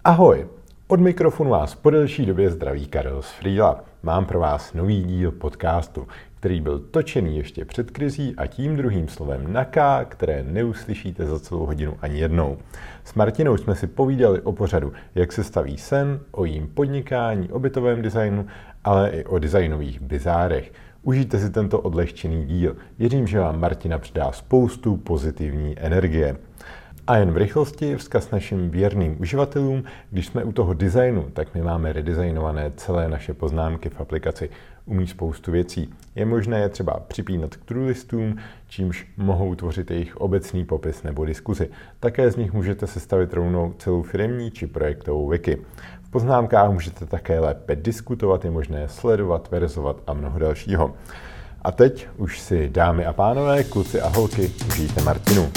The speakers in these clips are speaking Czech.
Ahoj, od mikrofonu vás po delší době zdraví Karel z Frýla. Mám pro vás nový díl podcastu, který byl točený ještě před krizí a tím druhým slovem na K, které neuslyšíte za celou hodinu ani jednou. S Martinou jsme si povídali o pořadu, jak se staví sen, o jím podnikání, o bytovém designu, ale i o designových bizárech. Užijte si tento odlehčený díl. Věřím, že vám Martina přidá spoustu pozitivní energie. A jen v rychlosti vzkaz našim věrným uživatelům, když jsme u toho designu, tak my máme redesignované celé naše poznámky v aplikaci. Umí spoustu věcí. Je možné je třeba připínat k to-do listům, čímž mohou tvořit jejich obecný popis nebo diskuzi. Také z nich můžete sestavit rovnou celou firemní či projektovou wiki. V poznámkách můžete také lépe diskutovat, je možné sledovat, verzovat a mnoho dalšího. A teď už si, dámy a pánové, kluci a holky, užijte Martinu.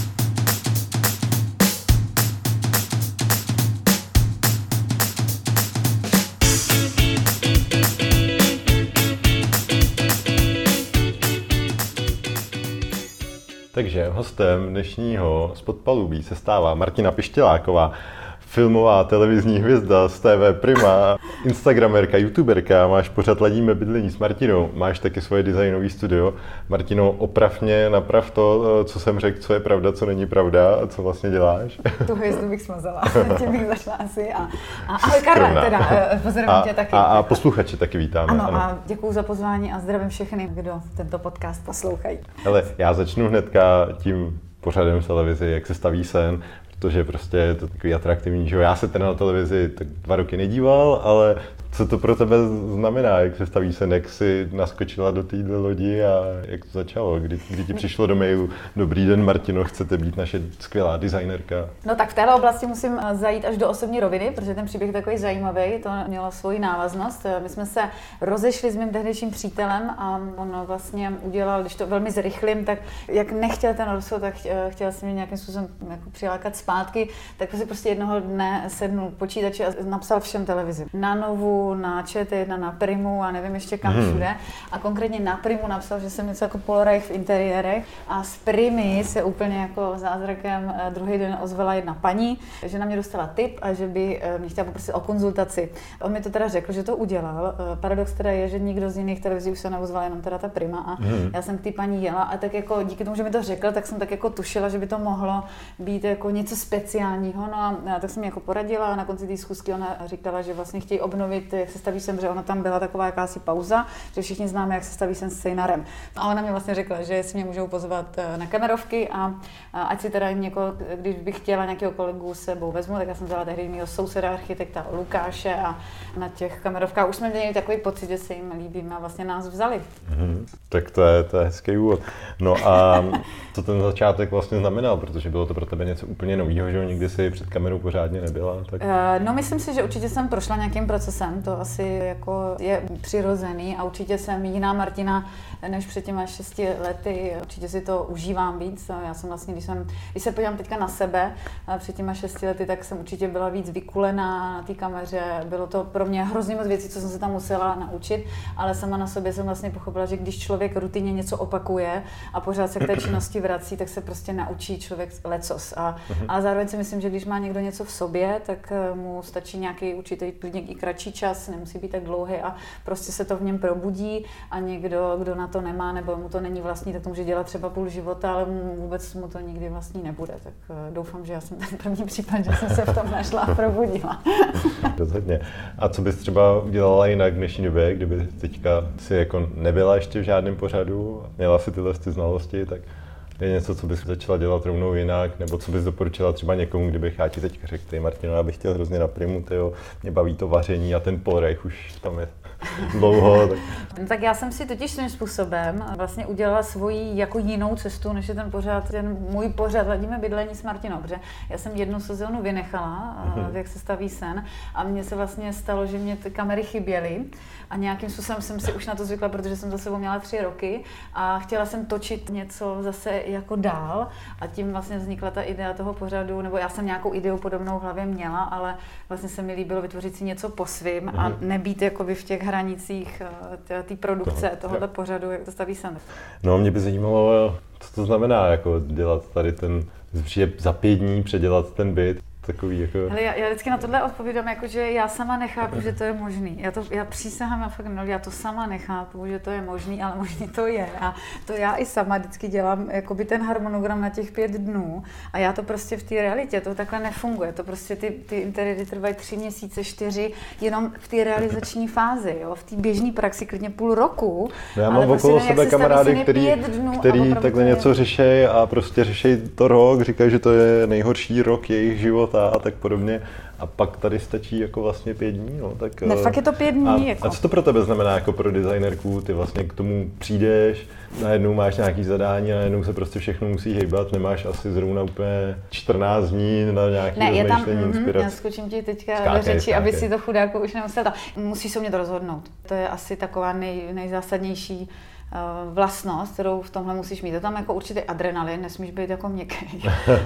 Takže hostem dnešního Spod palubí se stává Martina Pištěláková, filmová televizní hvězda z TV Prima, instagramerka, youtuberka, máš pořad Ladíme bydlení s Martinou, máš taky svoje designové studio. Martino, oprav mě, naprav to, co jsem řekl, co je pravda, co není pravda a co vlastně děláš. Tu hvězdu bych smazala, tím bych zašla asi a ahoj Karle, teda, pozdravím tě taky. A posluchače taky vítáme. Ano, a děkuju za pozvání a zdravím všechny, kdo tento podcast poslouchají. Hele, já začnu hnedka tím pořadem v televizi, jak se staví sen, protože prostě je to takový atraktivní, že jo. Já se teda na televizi tak 2 roky nedíval, ale co to pro tebe znamená, jak se staví sen, jak jsi naskočila do téhle lodi a jak to začalo, kdy ti přišlo do mailu: Dobrý den Martino, chcete být naše skvělá designerka? No tak v téhle oblasti musím zajít až do osobní roviny, protože ten příběh je takový zajímavý, to mělo svoji návaznost. My jsme se rozešli s mým tehdejším přítelem a on vlastně udělal, když to velmi zrychlím, tak jak nechtěl ten rozchod, tak chtěl si mě nějakým způsobem jako přilákat zpátky, tak si prostě jednoho dne sednul k počítači a napsal všem televizi. Na Novu, na ČT1, na Primu a nevím ještě kam všude. A konkrétně na Primu napsal, že jsem něco jako Polaroid v interiérech a z Primy se úplně jako zázrakem druhý den ozvala jedna paní, že na mě dostala tip a že by mě chtěla poprosit o konzultaci. On mi to teda řekl, že to udělal. Paradox teda je, že nikdo z jiných televizí už se neozval, jenom teda ta Prima a já jsem k té paní jela a tak jako díky tomu, že mi to řekl, tak jsem tak jako tušila, že by to mohlo být jako něco speciálního. No a tak jsem mi jako poradila a na konci té schůzky ona říkala, že vlastně chtějí obnovit, jak se staví sen, že ona tam byla taková jakási pauza, že všichni známe, jak se staví sen s scénarem. A ona mi vlastně řekla, že si mě můžou pozvat na kamerovky a ať si teda někoho, když bych chtěla nějakého kolegu s sebou vezmu, tak já jsem vzala tehdy mýho souseda architekta Lukáše a na těch kamerovkách už jsme měli takový pocit, že se jim líbíme a vlastně nás vzali. Tak to je hezký úvod. No a co ten začátek vlastně znamenal, protože bylo to pro tebe něco úplně nového, že nikdy si před kamerou pořádně nebyla? Tak... No myslím si, že určitě jsem prošla nějakým procesem, to asi jako je přirozený a určitě jsem jiná Martina než před těma 6 lety, určitě si to užívám víc. Já jsem vlastně, když se podívám teďka na sebe před těma 6 lety, tak jsem určitě byla víc vykulená na té kameře, bylo to pro mě hrozně moc věcí, co jsem se tam musela naučit, ale sama na sobě jsem vlastně pochopila, že když člověk rutině něco opakuje a pořád se k té činnosti vrací, tak se prostě naučí člověk lecos. A zároveň si myslím, že když má někdo něco v sobě, tak mu stačí nějaký určitý klidně i kratší čas, nemusí být tak dlouhý a prostě se to v něm probudí a někdo, kdo na to nemá nebo mu to není vlastní, tak to může dělat třeba půl života, ale vůbec mu to nikdy vlastní nebude. Tak doufám, že já jsem ten první případ, že jsem se v tom našla a probudila. Rozhodně. A co bys třeba udělala jinak v dnešní době, kdyby teďka si jako nebyla ještě v žádném pořadu, měla si tyhle znalosti, tak je něco, co bys začala dělat rovnou jinak, nebo co bys doporučila třeba někomu, kdybych já ti teďka řekl: Ty Martino, já bych chtěl hrozně na Primu, tyjo, mě baví to vaření a ten Polaroid už tam je dlouho. Tak já jsem si totiž svým způsobem vlastně udělala svoji jako jinou cestu, než je ten můj pořad Ladíme bydlení s Martinou, protože já jsem jednu sezónu vynechala, jak se staví sen a mně se vlastně stalo, že mě ty kamery chyběly a nějakým způsobem jsem si už na to zvykla, protože jsem za sebou měla 3 roky a chtěla jsem točit něco zase jako dál a tím vlastně vznikla ta idea toho pořadu, nebo já jsem nějakou ideu podobnou v hlavě měla, ale vlastně se mi líbilo vytvořit si něco po svým a nebýt jakoby v těch hranicích té produkce tohoto pořadu, jak to staví sen. No, mě by zajímalo, co to znamená, jako dělat tady ten, za 5 dní předělat ten byt. takový jako... Hele, já vždycky na tohle odpovídám, jako, že já sama nechápu, že to je možný. Já přísahám, já to sama nechápu, že to je možný, ale možný to je. A to já i sama vždycky dělám jakoby ten harmonogram na těch 5 dnů a já to prostě v té realitě, to takhle nefunguje. To prostě ty interiéry trvají 3 měsíce, 4, jenom v té realizační fázi, jo? V té běžné praxi klidně půl roku. No já mám okolo sebe kamarády, který takhle něco řeší a prostě řeší to rok, říkají, že to je nejhorší rok jejich života a tak podobně. A pak tady stačí jako vlastně 5 dní, no, tak... Ne, fakt je to 5 dní, a co to pro tebe znamená jako pro designerku? Ty vlastně k tomu přijdeš, najednou máš nějaký zadání a najednou se prostě všechno musí hejbat, nemáš asi zrovna úplně 14 dní na nějaký rozmýšlení, inspiraci. Já skočím ti teďka do řeči, aby si to chudáku už nemusela. Musíš se umět rozhodnout. To je asi taková nejzásadnější vlastnost, kterou v tomhle musíš mít. Je tam jako určitě adrenalin, nesmíš být jako měkký.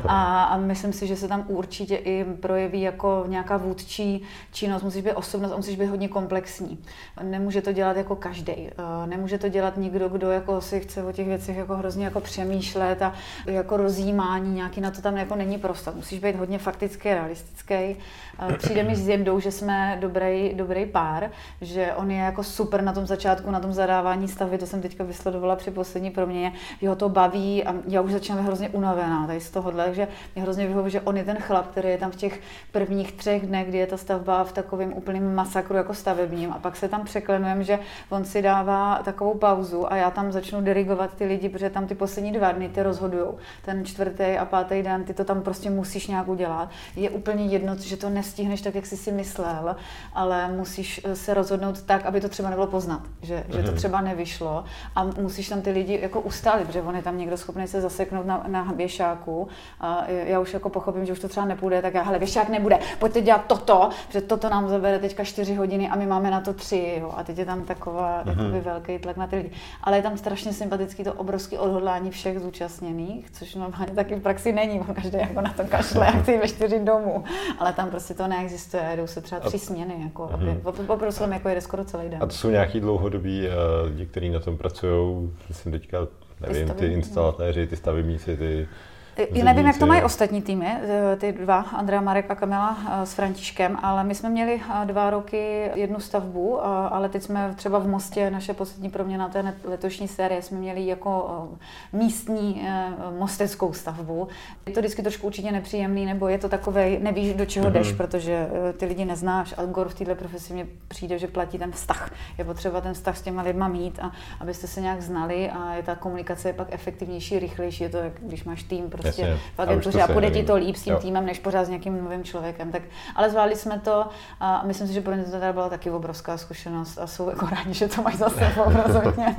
A myslím si, že se tam určitě i projeví jako nějaká vůdčí činnost, musíš být osobnost a musíš být hodně komplexní. Nemůže to dělat jako každej. Nemůže to dělat nikdo, kdo jako si chce o těch věcech jako hrozně jako přemýšlet a jako rozjímání nějaký, na to tam jako není prostor. Musíš být hodně faktický, realistický. Přijde mi s Jendou, že jsme dobrý pár, že on je jako super na tom začátku, na tom zadávání stavby, to jsem teďka vysledovala při poslední proměně, že ho to baví a já už začínám hrozně unavená tady z tohohle, takže mě hrozně vyhovuje, že on je ten chlap, který je tam v těch prvních 3 dnech, kdy je ta stavba v takovém úplném masakru jako stavebním a pak se tam překlenujeme, že on si dává takovou pauzu a já tam začnu dirigovat ty lidi, protože tam ty poslední 2 dny ty rozhodujou. Ten 4. a 5. den ty to tam prostě musíš nějak udělat. Je úplně jedno, že to nestihneš tak, jak jsi si myslel, ale musíš se rozhodnout tak, aby to třeba nebylo poznat, že to třeba nevyšlo. A musíš tam ty lidi jako ustálit, protože on je tam někdo schopný se zaseknout na věšáku. A já už jako pochopím, že už to třeba nepůjde, tak hele, věšák nebude, pojďte dělat toto, protože toto nám zabere teďka 4 hodiny a my máme na to 3, jo. A teď je tam taková jakoby velký tlak na ty lidi. Ale je tam strašně sympatický to obrovské odhodlání všech zúčastněných, což normálně taky v praxi není, každý jako na to kašle a chce ve 4 domů. Ale tam prostě to neexistuje, jdou se třeba 3 směny, jako opravdu se tam jako jede skoro celý den. A to jsou nějaký dlouhodobí lidi, kteří na tom pracují, myslím teďka, nevím, ty instalatéři, ty stavebníci, ty... Nevím, jak to mají ostatní týmy, ty 2, Andrea, Marek a Kamila s Františkem, ale my jsme měli 2 roky jednu stavbu, ale teď jsme třeba v Mostě, naše poslední proměna té letošní série, jsme měli jako místní mosteckou stavbu. Je to vždycky trošku určitě nepříjemný, nebo je to takovej, nevíš, do čeho jdeš, protože ty lidi neznáš a gor v této profesi mně přijde, že platí ten vztah. Je potřeba ten vztah s těma lidma mít a abyste se nějak znali a je ta komunikace je pak efektivnější, rychlejší, je to, jak když máš tým prostě v agentuře a půjde ti to líp s tím týmem, než pořád s nějakým novým člověkem. Tak, ale zvládli jsme to a myslím si, že pro ně to teda byla taky obrovská zkušenost a jsou jako rádi, že to máš za sebou rozhodně.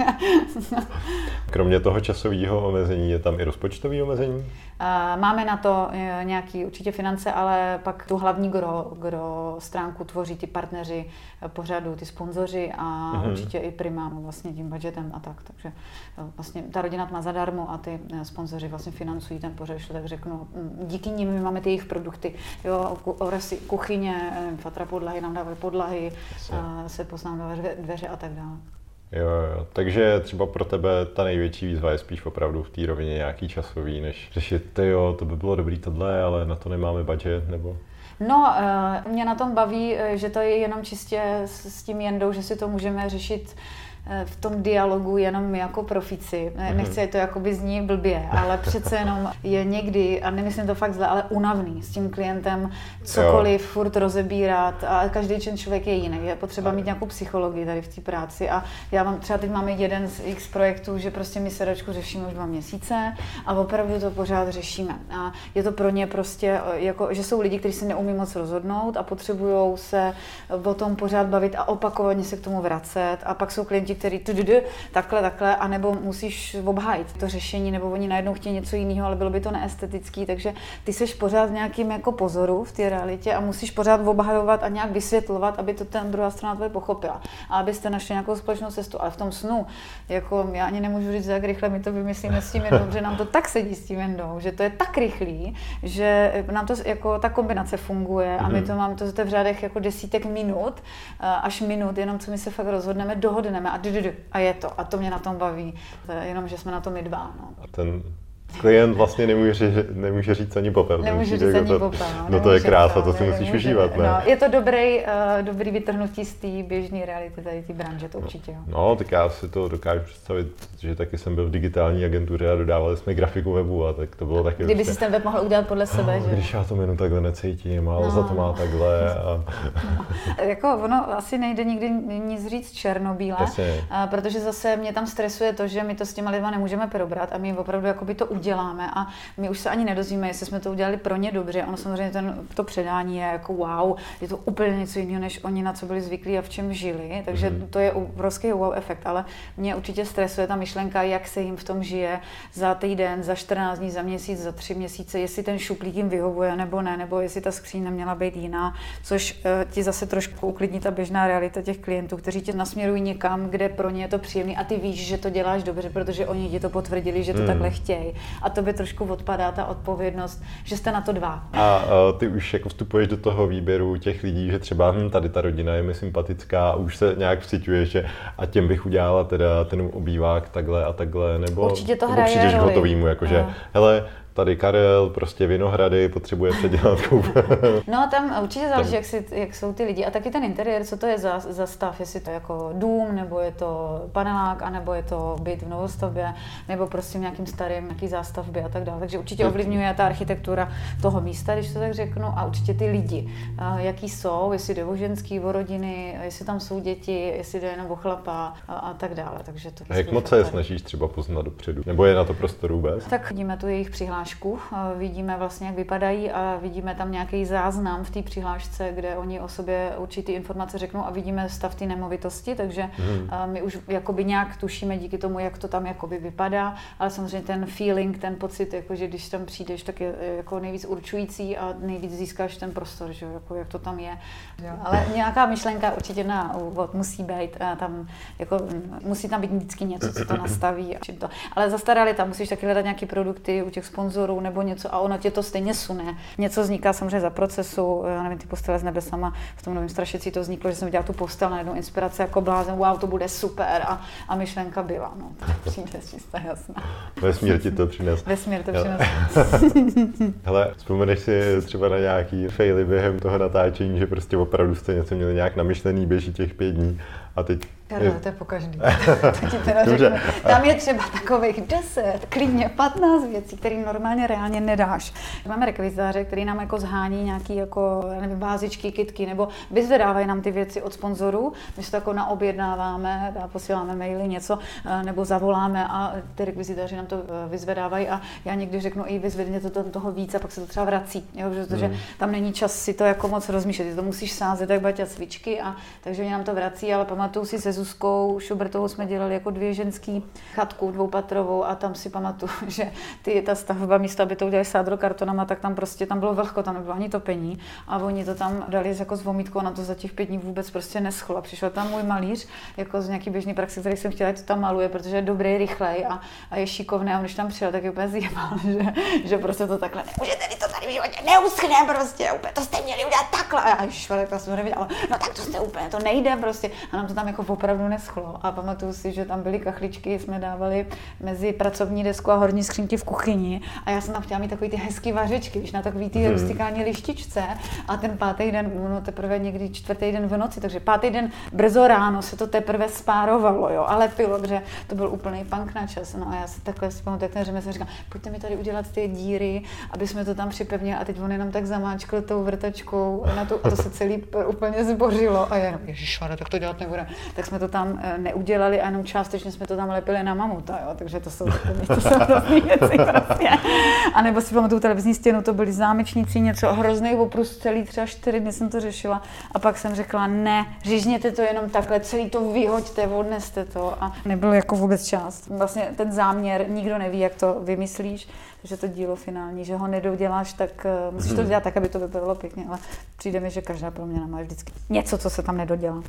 Kromě toho časového omezení je tam i rozpočtové omezení? Máme na to nějaké určitě finance, ale pak tu hlavní gro stránku tvoří ty partneři pořadu, ty sponzoři a určitě i Prima vlastně tím budgetem a tak. Takže vlastně ta rodina to má zadarmo a ty sponzoři vlastně financují ten pořad, tak řeknu. Díky nim my máme ty jejich produkty, jo, kuchyně, Fatra podlahy nám dávají podlahy, se poznávají dveře a tak dále. Jo, takže třeba pro tebe ta největší výzva je spíš opravdu v té rovině nějaký časový, než řešit, to by bylo dobrý tohle, ale na to nemáme budget, nebo... No, mě na tom baví, že to je jenom čistě s tím Jendou, že si to můžeme řešit v tom dialogu jenom my jako profíci. Nechci to jakoby zní blbě, ale přece jenom je někdy, a nemyslím to fakt zle, ale unavný s tím klientem cokoliv furt rozebírat a každý člověk je jiný. Je potřeba mít nějakou psychologii tady v té práci a třeba teď máme jeden z X projektů, že prostě my sedačku řešíme už 2 měsíce a opravdu to pořád řešíme. A je to pro ně prostě, jako, že jsou lidi, kteří se neumí moc rozhodnout a potřebují se o tom pořád bavit a opakovaně se k tomu vracet a pak jsou klienti, který takhle, anebo musíš obhájit to řešení, nebo oni najednou chtějí něco jiného, ale bylo by to neestetický, takže ty seš pořád v nějakým jako pozoru v té realitě a musíš pořád obhajovat a nějak vysvětlovat, aby to ten druhá strana tvoje pochopila a abyste našli nějakou společnou cestu. Ale v tom snu, jako já ani nemůžu říct, jak rychle my to vymyslíme s tím Jendou, že nám to tak sedí s tím Jendou, že to je tak rychlý, že nám to jako ta kombinace funguje a my to máme to v řádech jako desítek minut až minut, jenom co my se fakt rozhodneme, dohodneme a je to. A to mě na tom baví. To je jenom, že jsme na tom my 2. No. A ten Klient vlastně nemůže říct ani popel. Nemůže říct ani popel. No to je krása, to si musíš užívat, ne? No, je to dobrý vytrhnutí z té běžné reality tady té branže, to určitě. Jo. No, tak já si to dokážu představit, že taky jsem byl v digitální agentuře a dodávali jsme grafiku webu a tak to bylo taky... Kdyby si ten web mohl udělat podle sebe, že? Když já to jméno takhle necítím, ale za to má takhle. Jako ono asi nejde nikdy nic říct černobíle, protože zase mě tam stresuje to, že my to s těma lidma nemůžeme probrat a my opravdu jakoby to uděláme a my už se ani nedozvíme, jestli jsme to udělali pro ně dobře. Ono samozřejmě to předání je jako wow, je to úplně něco jiného, než oni na co byli zvyklí a v čem žili, takže to je obrovský wow efekt, ale mě určitě stresuje ta myšlenka, jak se jim v tom žije za týden, za 14 dní, za měsíc, za 3 měsíce, jestli ten šuplík jim vyhovuje nebo ne, nebo jestli ta skříň neměla být jiná, což ti zase trošku uklidní ta běžná realita těch klientů, kteří tě nasměrují někam, kde pro ně je to příjemný a ty víš, že to děláš dobře, protože oni ti to potvrdili, že to takhle chtějí. A tobě trošku odpadá ta odpovědnost, že jste na to dva. A ty už jako vstupuješ do toho výběru těch lidí, že třeba tady ta rodina je mi sympatická, už se nějak vciťuješ, že a těm bych udělala teda ten obývák takhle a takhle, nebo určitě to hraje přijdeš roli. hotovýmu, jakože hele, tady Karel, prostě Vinohrady, potřebuje předělat. No tam určitě záleží, jak jsou ty lidi. A taky ten interiér, co to je za stav, jestli to je jako dům, nebo je to panelák, anebo je to byt v novostavbě, nebo prostě v nějakým starým, nějaký zástavbě a tak dále. Takže určitě ovlivňuje ta architektura toho místa, když to tak řeknu, a určitě ty lidi. Jaký jsou, jestli jde o ženský, o rodiny, jestli tam jsou děti, jestli jde jenom o chlapa a tak dále. Takže to a jak moc se je snažíš třeba poznat dopředu? Nebo je na to prostor vůbec? Tak vidíme tu jejich přihlášku, vidíme vlastně, jak vypadají a vidíme tam nějaký záznam v té přihlášce, kde oni o sobě určitý informace řeknou a vidíme stav té nemovitosti, takže my už jakoby nějak tušíme díky tomu, jak to tam jakoby vypadá, ale samozřejmě ten feeling, ten pocit, jako, že když tam přijdeš, tak je jako nejvíc určující a nejvíc získáš ten prostor, že? Jako, jak to tam je. Jo. Ale nějaká myšlenka určitě na úvod musí být, tam, jako, musí tam být vždycky něco, co to nastaví. Ale zastarali tam, musíš taky hledat nějaké produkty u těch sponzorů nebo něco a ono tě to stejně sune. Něco vzniká samozřejmě za procesu, já nevím, ty postele s nebesama, v tom Novém Strašici to vzniklo, že jsem udělala tu postel na jednu inspiraci jako blázen, wow, to bude super a myšlenka byla, no, přijde čistá jasná. Vesmír ti to přines. Vesmír to přines. Hele, vzpomeneš si třeba na nějaký faily během toho natáčení, že prostě opravdu jste něco měli nějak namyšlený, běží těch 5 dní a teď... Karle, to je po každý. To ti teda řeknu. Tam je třeba takových 10, klidně 15 věcí, které normálně reálně nedáš. Máme rekvizitáře, který nám jako zhání nějaký jako, nevím, vázičky, kytky, nebo vyzvedávají nám ty věci od sponzorů. My se to jako naobjednáváme, posíláme maily, něco, nebo zavoláme a ty rekvizitáři nám to vyzvedávají a já někdy řeknu, i vyzvedněte to toho víc a pak se to třeba vrací. Jo, protože tam není čas si to jako moc rozmýšlet, ty to musíš sázet jak baťa cvičky a takže nám to vrací, ale pamatuju si se Zuzkou Šubertovou jsme dělali jako 2 ženský chatku, 2patrovou a tam si pamatuju, že ta stavba místo, aby to udělali sádrokartonama, tak tam prostě tam bylo vlhko, tam nebylo ani topení a oni to tam dali jako s vomítkou a na to za těch 5 dní vůbec prostě neschlo. A přišel tam můj malíř, jako z nějaký běžný praxe, který jsem chtěla, to tam maluje, protože je dobrý, rychlej a je šikovný a když tam přijel, tak je úplně zjebal, že prostě to takhle nemůžete to tady v životě neuschne prostě, úplně to jste měli udělat takhle. A já ježišmarja, tak jsem nevěděla, no tak to jste úplně, to nejde prostě. A nám to tam jako opravdu neschlo. A pamatuju si, že tam byly kachličky, jsme dávali mezi pracovní desku a horní skřínky v kuchyni a já jsem tam chtěla mít takový ty hezký vařečky, víš, na takový ty rustikální lištičce a ten 5. den, no teprve někdy 4. den v noci, takže 5. den brzo ráno se to teprve spárovalo, jo, ale lepilo, protože to byl úplný punk na čas. No a já si takhle si pamatuju, jak ten řemesl říkal, pojďte mi tady udělat ty díry, aby jsme to tam připevnili a teď on jenom tak zamáčkl tou vrtačkou na tu, a to se celý úplně zbořilo a jenom ježišmarja, tak to dělat nebudeme. Tak jsme to tam neudělali a jenom částečně jsme to tam lepili na mamuta, jo, takže to jsou hrozný věci prostě. A nebo si pamatuju televizní stěnu, to byly zámečníci, něco hrozný oprus, celý třeba 4 dny jsem to řešila a pak jsem řekla, ne, řížněte to jenom takhle, celý to vyhoďte, odneste to a nebyl jako vůbec čas. Vlastně ten záměr, nikdo neví, jak to vymyslíš, takže to dílo finální, že ho nedoděláš, tak musíš to dělat tak, aby to vypadalo pěkně, ale přijde mi, že každá proměna má vždycky něco, co se tam nedodělá.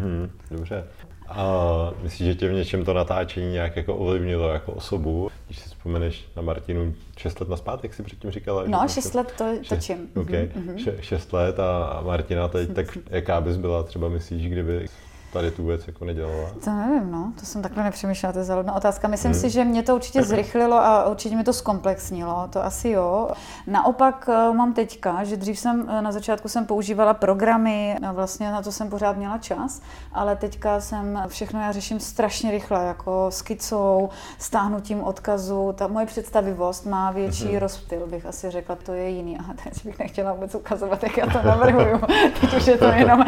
Dobře. A myslíš, že tě v něčem to natáčení nějak jako ovlivnilo jako osobu? Když si vzpomeneš na Martinu 6 let nazpátek, jak jsi předtím říkala? No, 6 let to točím. Okay. 6 let a Martina teď, tak jaká bys byla třeba, myslíš, kdyby... tady tu věc jako nedělala? To nevím, no, to jsem takhle nepřemýšlela, to je záludná otázka. Myslím si, že mě to určitě zrychlilo a určitě mě to zkomplexnilo, to asi jo. Naopak mám teďka, že dřív na začátku jsem používala programy a vlastně na to jsem pořád měla čas, ale teďka všechno já řeším strašně rychle, jako skicou, stáhnutím odkazu, ta moje představivost má větší rozptyl, bych asi řekla, to je jiný. A teď bych nechtěla vůbec ukazovat, jak já to navrhuju. Teď už je to jenom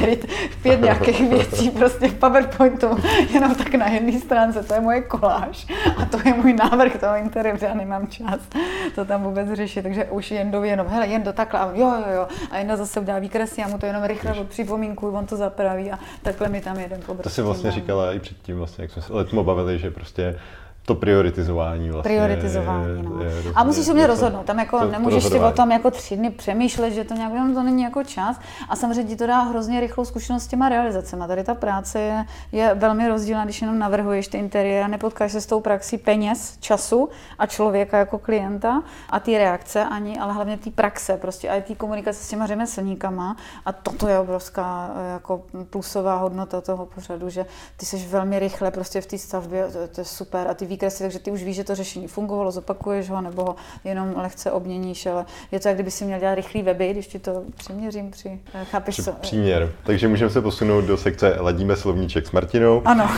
4-5 nějakých věcí prostě v PowerPointu, jenom tak na jedné stránce, to je moje koláž a to je můj návrh toho interiéru, já nemám čas to tam vůbec řešit, takže už Jendovi jenom, hele, Jendo takhle, a jo, a Jenda zase udělá výkresy, já mu to jenom rychle od připomínku, on to zapraví a takhle mi tam jeden pobrstím. To si vlastně říkala i předtím, vlastně, jak jsme se letmo bavili, že prostě to prioritizování vlastně. Prioritizování, no. A musíš se mě rozhodnout, tam jako nemůžeš si o tom jako 3 dny přemýšlet, že to nějak, to není jako čas. A samozřejmě ti to dá hrozně rychlou zkušenost s těma realizacemi. Tady ta práce je velmi rozdílná, když jenom navrhuješ ty interiéry a nepotkáš se s tou praxí peněz, času a člověka jako klienta a ty reakce ani, ale hlavně ty praxe, prostě a ty komunikace s těma řemeslníkama. A toto je obrovská jako plusová hodnota toho pořadu, že ty seš velmi rychle prostě v té stavbě, to je super a ty výkresy, takže ty už víš, že to řešení fungovalo, zopakuješ ho, nebo ho jenom lehce obměníš, ale je to, jak kdyby si měl dělat rychlý weby, když ti to přiměřím, chápeš co? Příměr. Takže můžeme se posunout do sekce Ladíme slovníček s Martinou. Ano.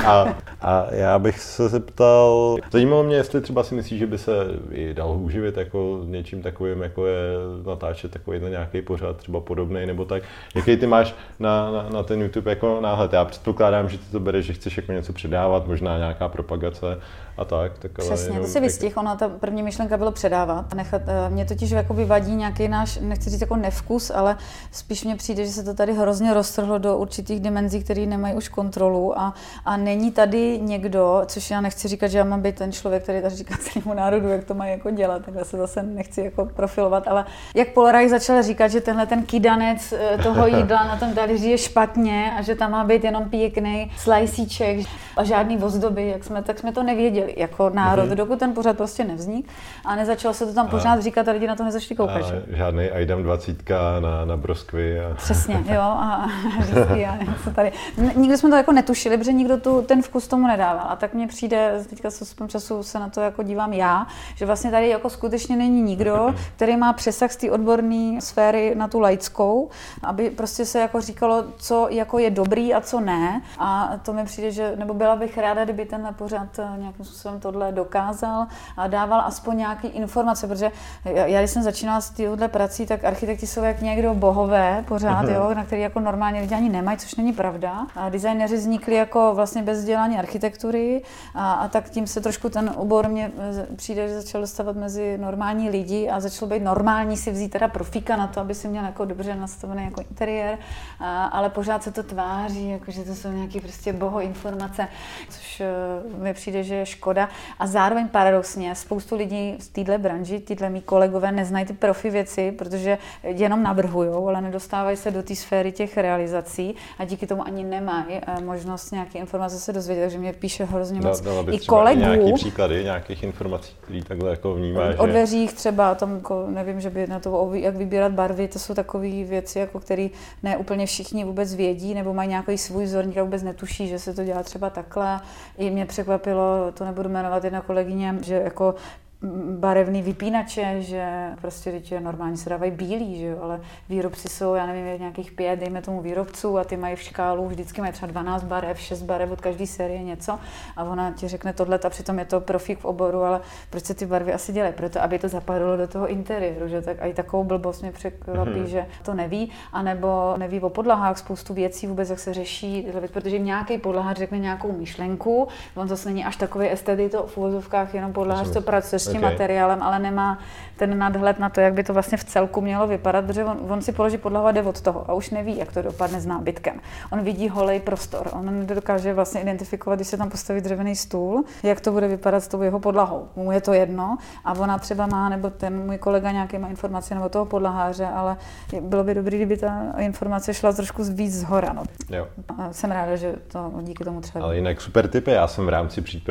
A já bych se zeptal, zajímalo mě, jestli třeba si myslíš, že by se i dal uživit jako něčím takovým, jako je natáčet takovýhle nějaký pořad, třeba podobnej nebo tak. Jaký ty máš na ten YouTube jako náhled? Já předpokládám, že ty to bereš, že chceš jako něco předávat, možná nějaká propagace a tak přesně, to si vystih, ona ta první myšlenka bylo předávat. Mě totiž jakoby vadí nějaký náš, nechci říct jako nevkus, ale spíš mně přijde, že se to tady hrozně roztrhlo do určitých dimenzí, které nemají už kontrolu a není tady někdo, což já nechci říkat, že já mám být ten člověk, který tady říká celému národu, jak to mají jako dělat, tak já se zase nechci jako profilovat, ale jak Paul Reich začal říkat, že tenhle ten kydanec toho jídla na tom talíři je špatně a že tam má být jenom pěkný slajsíček a žádný ozdoby, tak jsme to nevěděli jako národ, dokud ten pořad prostě nevznik a nezačalo se to tam pořád říkat a lidi na to nezačali koukat. Žádný Aidam 20 na broskvy. Přesně, jo, a vždycky já něco tady. Nikdo jsme to jako netušili, protože nikdo ten vkus tomu nedával. A tak mně přijde, teďka s času se na to jako dívám já, že vlastně tady jako skutečně není nikdo, který má přesah z té odborné sféry na tu laickou, aby prostě se jako říkalo, co jako je dobrý a co ne. A to mi přijde, že, nebo byla bych ráda, kdyby ten pořad nějakým způsobem tohle dokázal a dával aspoň nějaké informace, protože já když jsem začínala s téhle prací, tak architekti jsou jak někdo bohové pořád, jo, na který jako normálně lidi ani nemají, což není pravda. A designéři vznikli jako vlastně bez vzdělání architektury a tak tím se trošku ten obor mě přijde, že začal dostávat mezi normální lidi a začalo být normální si vzít teda profíka na to, aby si měl jako dobře nastavený jako interiér, ale pořád se to tváří, jako že to jsou nějaké prostě boho informace, což mi přijde, že je škoda. A zároveň paradoxně spoustu lidí z téhle branži, tyhle mý kolegové neznají ty profi věci, protože jenom navrhujou, ale nedostávají se do té sféry těch realizací a díky tomu ani nemají možnost nějaké informace se dozvědět, takže mě píše hrozně moc i kolegů. Nějaký příklady nějakých informací, který takhle jako vnímáš? O dveřích třeba, tam jako, nevím, že by na to, jak vybírat barvy, to jsou takové věci, jako které ne úplně všichni vůbec vědí, nebo mají nějaký svůj vzorník a vůbec netuší, že se to dělá třeba takhle. I mě překvapilo, to nebudu jmenovat, jedna kolegyně, že jako barevný vypínače, že prostě teď normálně se dávají bílý, že jo, ale výrobci jsou, já nevím, nějakých 5, dejme tomu výrobců a ty mají v škálu, vždycky mají třeba 12 barev, 6 barev od každé série něco a ona ti řekne tohle a přitom je to profík v oboru, ale proč se ty barvy asi dělají? Proto, aby to zapadlo do toho interiéru, že tak i takovou blbost mě překvapí, že to neví, anebo neví o podlahách spoustu věcí vůbec, jak se řeší, protože jim nějaký podlahář řekne nějakou myšlenku, on zase není až takový estetik, to v uvozovkách jenom podlahář, co pracuje s tím materiálem, ale nemá ten nadhled na to, jak by to vlastně v celku mělo vypadat, protože on si položí podlahu a jde od toho a už neví, jak to dopadne s nábytkem. On vidí holej prostor, on nedokáže vlastně identifikovat, když se tam postaví dřevěný stůl, jak to bude vypadat s tou jeho podlahou. Mu je to jedno a ona třeba má, nebo ten můj kolega nějaký má informace nebo toho podlaháře, ale bylo by dobré, kdyby ta informace šla trošku víc zhora. No. Jo. Jsem ráda, že to díky tomu třeba. Ale jinak super tipy, já jsem v rámci příprav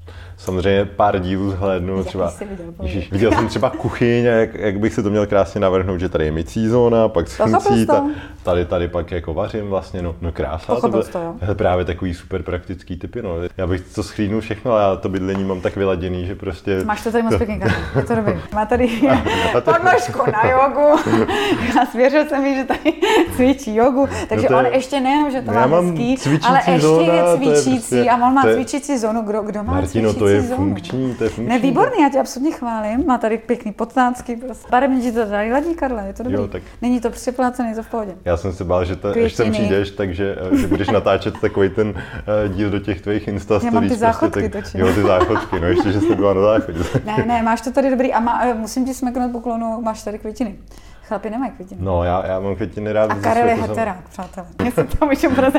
Samozřejmě pár dílů zhlédnu, třeba, viděl jsem třeba kuchyň, jak bych si to měl krásně navrhnout, že tady je mycí zóna, pak schnucí, tady pak jako vařím vlastně, no krása, to byl právě takový super praktický typy, no. Já bych to schlídnul všechno, ale já to bydlení mám tak vyladěný, že prostě... Máš to tady moc pěkný, je to dobrý. Má tady podnožku na jogu, já svěřil jsem mi, že tady cvičí jogu, takže on ještě nejenom, že to má hezký, ale ještě je cvičící a on má cvičící zónu, kdo má Martino, to je funkční, Ne, výborný, já tě absolutně chválím, má tady pěkný podtácky, prostě. Barevně ti to tady ladí, Karle, je to dobrý. Jo, tak... Není to připlácený, je to v pohodě. Já jsem se bál, že až sem přijdeš, takže že budeš natáčet takový ten díl do těch tvých Insta stories. Já mám ty záchodky točím. Jo, ty záchodky, no ještě, že jsi byla na záchodě. Ne, máš to tady dobrý a musím ti smeknout poklonu, máš tady květiny. Chlapi nemají květiny. No, já mám květiny rád. A Karel je heterák, přátelé. Já se to můžu prodat,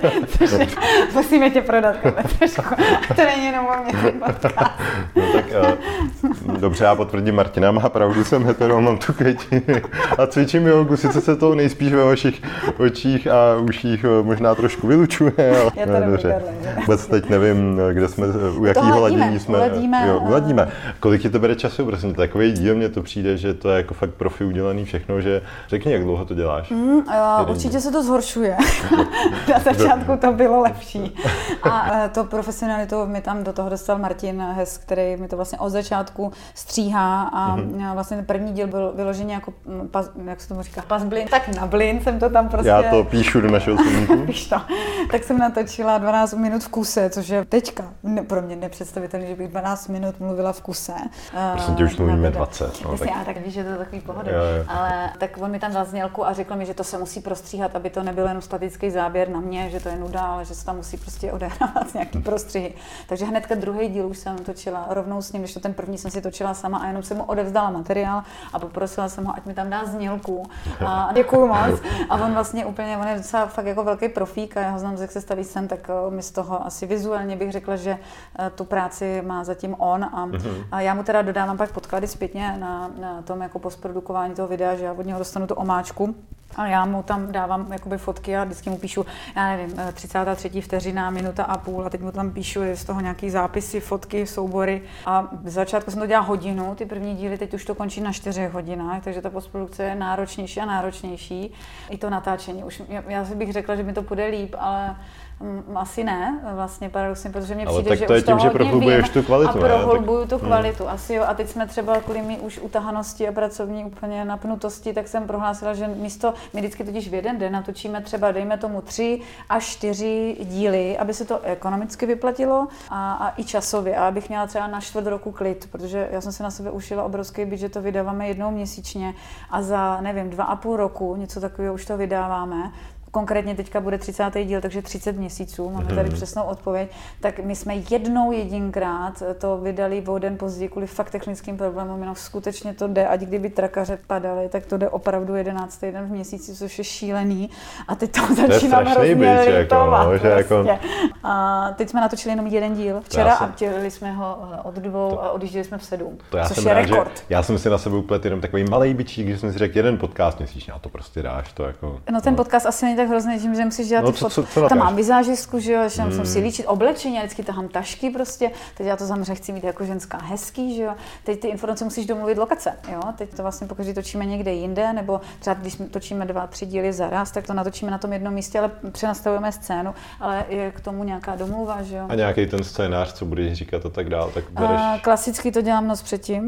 musíme tě prodat, trošku. To není jenom o mě ten podcast. No tak dobře, já potvrdím, Martina má pravdu, jsem hetero, mám tu květiny a cvičím jogu, sice se to nejspíš ve vašich očích a uších možná trošku vylučuje, ale já to dobře. Vůbec teď nevím, kde jsme, u jakého ladění jsme. Uladíme. Kolik ti to bere času, prostě takový díl, mně to přijde, že to je jako fakt profi udělaný všechno, že řekni, jak dlouho to děláš? Určitě se to zhoršuje. Na začátku to bylo lepší. A to profesionalitu mi tam do toho dostal Martin Hes, který mi to vlastně od začátku stříhá a vlastně ten první díl byl vyloženě jako, jak se tomu říká, pasblin. Tak na blin jsem to tam prostě... Já to píšu do našeho slovníku. Píš to. Tak jsem natočila 12 minut v kuse, což je teďka pro mě nepředstavitelné, že bych 12 minut mluvila v kuse. Prostě už mluvíme 20. No, jasně, tak víš, že to je takový pohodlný. Ale tak on mi tam dal znělku a řekl mi, že to se musí prostříhat, aby to nebyl jenom statický záběr na mě, že to je nuda, ale že se tam musí prostě odehrávat nějaký prostřihy. Takže hnedka druhý díl už jsem točila rovnou s ním, když to ten první jsem si točila sama a jenom jsem mu odevzdala materiál a poprosila jsem ho, ať mi tam dá znělku. A děkuju moc. A on vlastně úplně, on je docela fakt jako velký profík a já ho znám, jak se staví sem, tak mi z toho asi vizuálně bych řekla, že tu práci má zatím on a já mu teda dodávám pak podklady zpětně na tom jako postprodukování toho videa, že já od něho dostanu tu omáčku. A já mu tam dávám jakoby fotky a vždycky mu píšu, já nevím, 33. vteřina, minuta a půl a teď mu tam píšu z toho nějaký zápisy, fotky, soubory. A v začátku jsem to dělala hodinu, ty první díly, teď už to končí na 4 hodinách, takže ta postprodukce je náročnější a náročnější. I to natáčení, už já si bych řekla, že mi to půjde líp, ale asi ne, vlastně paradoxně, protože mě přijde, že už to hodně vím tu kvalitu, a prohlubuju tu kvalitu. Asi jo, a teď jsme třeba kvůli mi už utahanosti a pracovní úplně napnutosti, tak jsem prohlásila, že my vždycky totiž v jeden den natočíme třeba, dejme tomu 3 až 4 díly, aby se to ekonomicky vyplatilo a i časově, a abych měla třeba na 4 roku klid, protože já jsem si na sebe ušila obrovský byt, že to vydáváme jednou měsíčně a za, nevím, 2,5 roku něco takového už to vydáváme. Konkrétně teďka bude 30. díl, takže 30 měsíců, máme tady přesnou odpověď, tak my jsme jedinkrát to vydali o den později kvůli fakt technickým problémům, jenom skutečně to jde, ať kdyby trakaře padaly, tak to jde opravdu 11. den v měsíci, což je šílený a teď to začínám hrozně litovat. A teď jsme natočili jenom jeden díl včera a dělali jsme ho od 2 a odjížděli jsme v 7, což je rekord. Já jsem si na sebe uplet jenom takový malej bičík, že jsem si řekl jeden podcast měsíčně a to prostě dáš to jako. No ten podcast asi není tak hrozný, že musíš dělat ty fotky. Tam mám vizážistku, že jo, že musím si líčit oblečení, já vždycky tahám tašky prostě. Teď já to samozřejmě chci mít jako ženská hezký, že jo. Teď ty informace musíš domluvit lokace, jo. Teď to vlastně pokaždé točíme někde jinde, nebo třeba když točíme 2-3 díly zaraz, tak to natočíme na tom jednom místě, ale přenastavujeme scénu, ale je k tomu nějaká domluva, že jo. A nějaký ten scénář, co budeš říkat a tak dál, tak bereš. Klasicky to dělám noc předtím.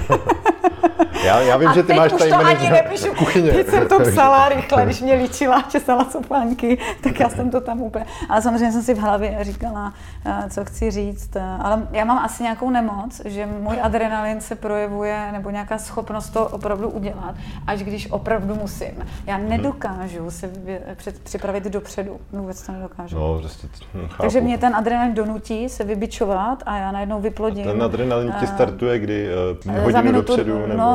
Já vím, že ty máš tady kuchyně. Teď jsem to psala rychle, když mě líčila, česala sopánky, tak já jsem to tam úplně. Ale samozřejmě jsem si v hlavě říkala, co chci říct. Ale já mám asi nějakou nemoc, že můj adrenalin se projevuje, nebo nějaká schopnost to opravdu udělat, až když opravdu musím. Já nedokážu se připravit dopředu. Vůbec to nedokážu. No, prostě takže mě ten adrenalin donutí se vybičovat a já najednou vyplodím. A ten adrenalin ti startuje kdy hodinu dopředu? Nebo... No,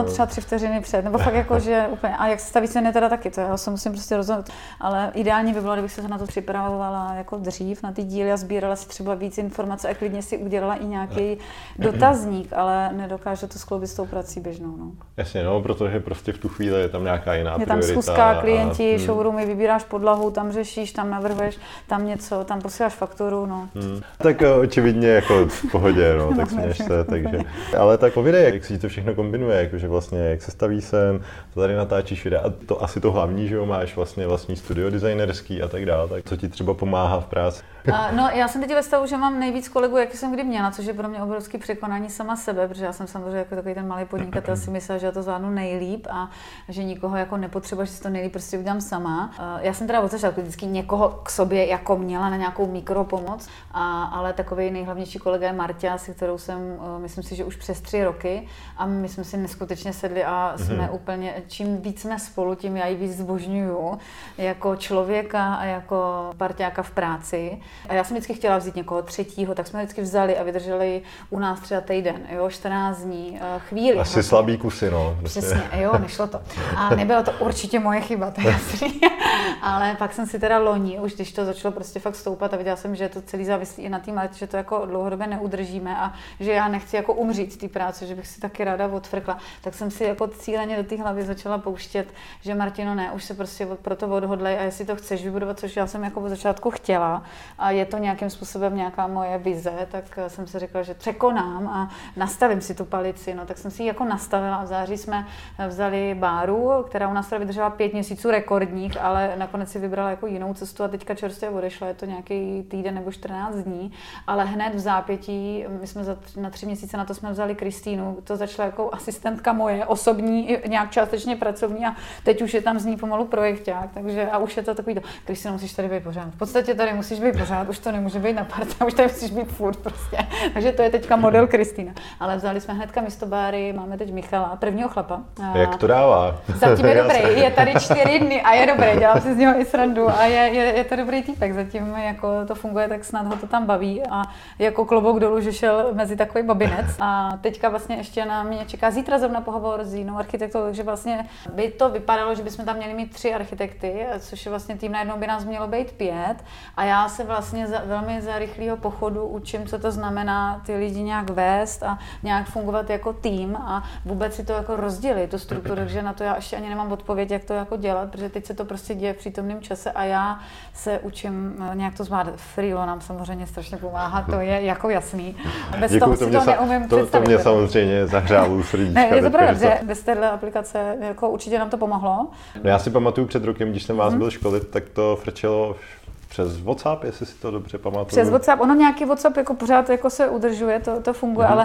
třeba 3 vteřiny před, nebo fakt jako, že úplně, a jak se staví ceny teda taky, to já se musím prostě rozhodnout, ale ideální by bylo, kdybych se na to připravovala jako dřív, na ty díly a sbírala si třeba víc informací a klidně si udělala i nějaký dotazník, ale nedokážu to skloubit s tou prací běžnou. No. Jasně, no, protože prostě v tu chvíli je tam nějaká jiná priorita. Je tam schůzka, klienti, showroomy, vybíráš podlahu, tam řešíš, tam navrhuješ, tam něco, tam posíláš fakturu, no. Tak očividně jako v pohodě, no, tak směš se, takže. Ale tak povídej, jak si to všechno kombinuje, jakože vlastně, jak se staví sem, to tady natáčíš videa a to asi to hlavní, že jo, máš vlastně vlastní studio designerský a tak dále, tak co ti třeba pomáhá v práci? No, já jsem teď ve stavu, že mám nejvíc kolegů, jaký jsem kdy měla, což je pro mě obrovský překonání sama sebe, protože já jsem samozřejmě jako takový ten malý podnikatel si myslela, že já to zvládnu nejlíp a že nikoho jako nepotřeba, že si to nejlíp prostě udělám sama. Já jsem teda od začátku vždycky někoho k sobě jako měla na nějakou mikropomoc, ale takový nejhlavnější kolega je Marta, se kterou jsem, myslím si, že už přes 3 roky a my jsme si neskutečně sedli a jsme úplně, čím víc jsme spolu, tím já ji víc zbožňuju jako člověka a jako parťáka v práci. A já jsem vždycky chtěla vzít někoho 3., tak jsme vždycky vzali a vydrželi u nás třeba týden, jo, 14 dní, chvíli. Asi vlastně. Slabý kusy, no. Přesně, jo, nešlo to. A nebyla to určitě moje chyba, to je jasný. Ale pak jsem si teda loni, už když to začalo prostě fakt stoupat a viděla jsem, že to celý závislí i na tým, že to jako dlouhodobě neudržíme a že já nechci jako umřít z té práce, že bych si taky ráda odfrkla, tak jsem si jako cíleně do té hlavy začala pouštět, že Martino ne, už se prostě pro to odhodlej a jestli to chceš vybudovat, což já jsem jako od začátku chtěla a je to nějakým způsobem nějaká moje vize, tak jsem si řekla, že překonám a nastavím si tu palici, no tak jsem si ji jako nastavila a v září jsme vzali Báru, která u nás teda vydržela 5 měsíců rekordních, ale nakonec si vybrala jako jinou cestu a teďka čerstvě odešla, je to nějaký týden nebo 14 dní, ale hned v zápětí, my jsme na 3 měsíce na to jsme vzali Kristýnu, to začala jako asistentka moje, osobní, nějak částečně pracovní a teď už je tam z ní pomalu projekťák, takže a už je to takový to, Kristýno, musíš tady být pořád. V podstatě tady musíš být pořád, už to nemůže být na parta, už tady musíš být furt prostě. Takže to je teďka model Kristýna. Ale vzali jsme hnedka místo Báry, máme teď Michala, prvního chlapa. Jak to dává? Zatím je dobrý, je tady 4 dny a je dobrý, dělám si z něho i srandu a je to dobrý týpek, zatím jako to funguje, tak snad ho to tam baví a jako klobouk dolů, že šel mezi takový babinec a teďka vlastně ještě na mě čeká zítra zrovna pohovor s jinou architektou, takže vlastně by to vypadalo, že bychom tam měli mít 3 architekty, což je vlastně tým, najednou by nás mělo být 5 a já se vlastně velmi za rychlého pochodu učím, co to znamená ty lidi nějak vést a nějak fungovat jako tým a vůbec si to jako rozdělit, tu strukturu, takže na to já ještě ani nemám odpověď, jak to jako dělat, protože teď se to prostě děje v přítomném čase a já se učím nějak to zvládat. Freelo nám samozřejmě strašně pomáhá, to je jako jasný. Bez Děkuju, toho si to neumím představit. To mě samozřejmě zahřálo srdíčka. Ne, je to pravda, že bez téhle aplikace jako určitě nám to pomohlo. No já si pamatuju před rokem, když jsem vás byl školit, tak to frčelo přes WhatsApp, jestli si to dobře pamatuju. Přes WhatsApp, ono nějaký WhatsApp jako pořád jako se udržuje, to funguje, ale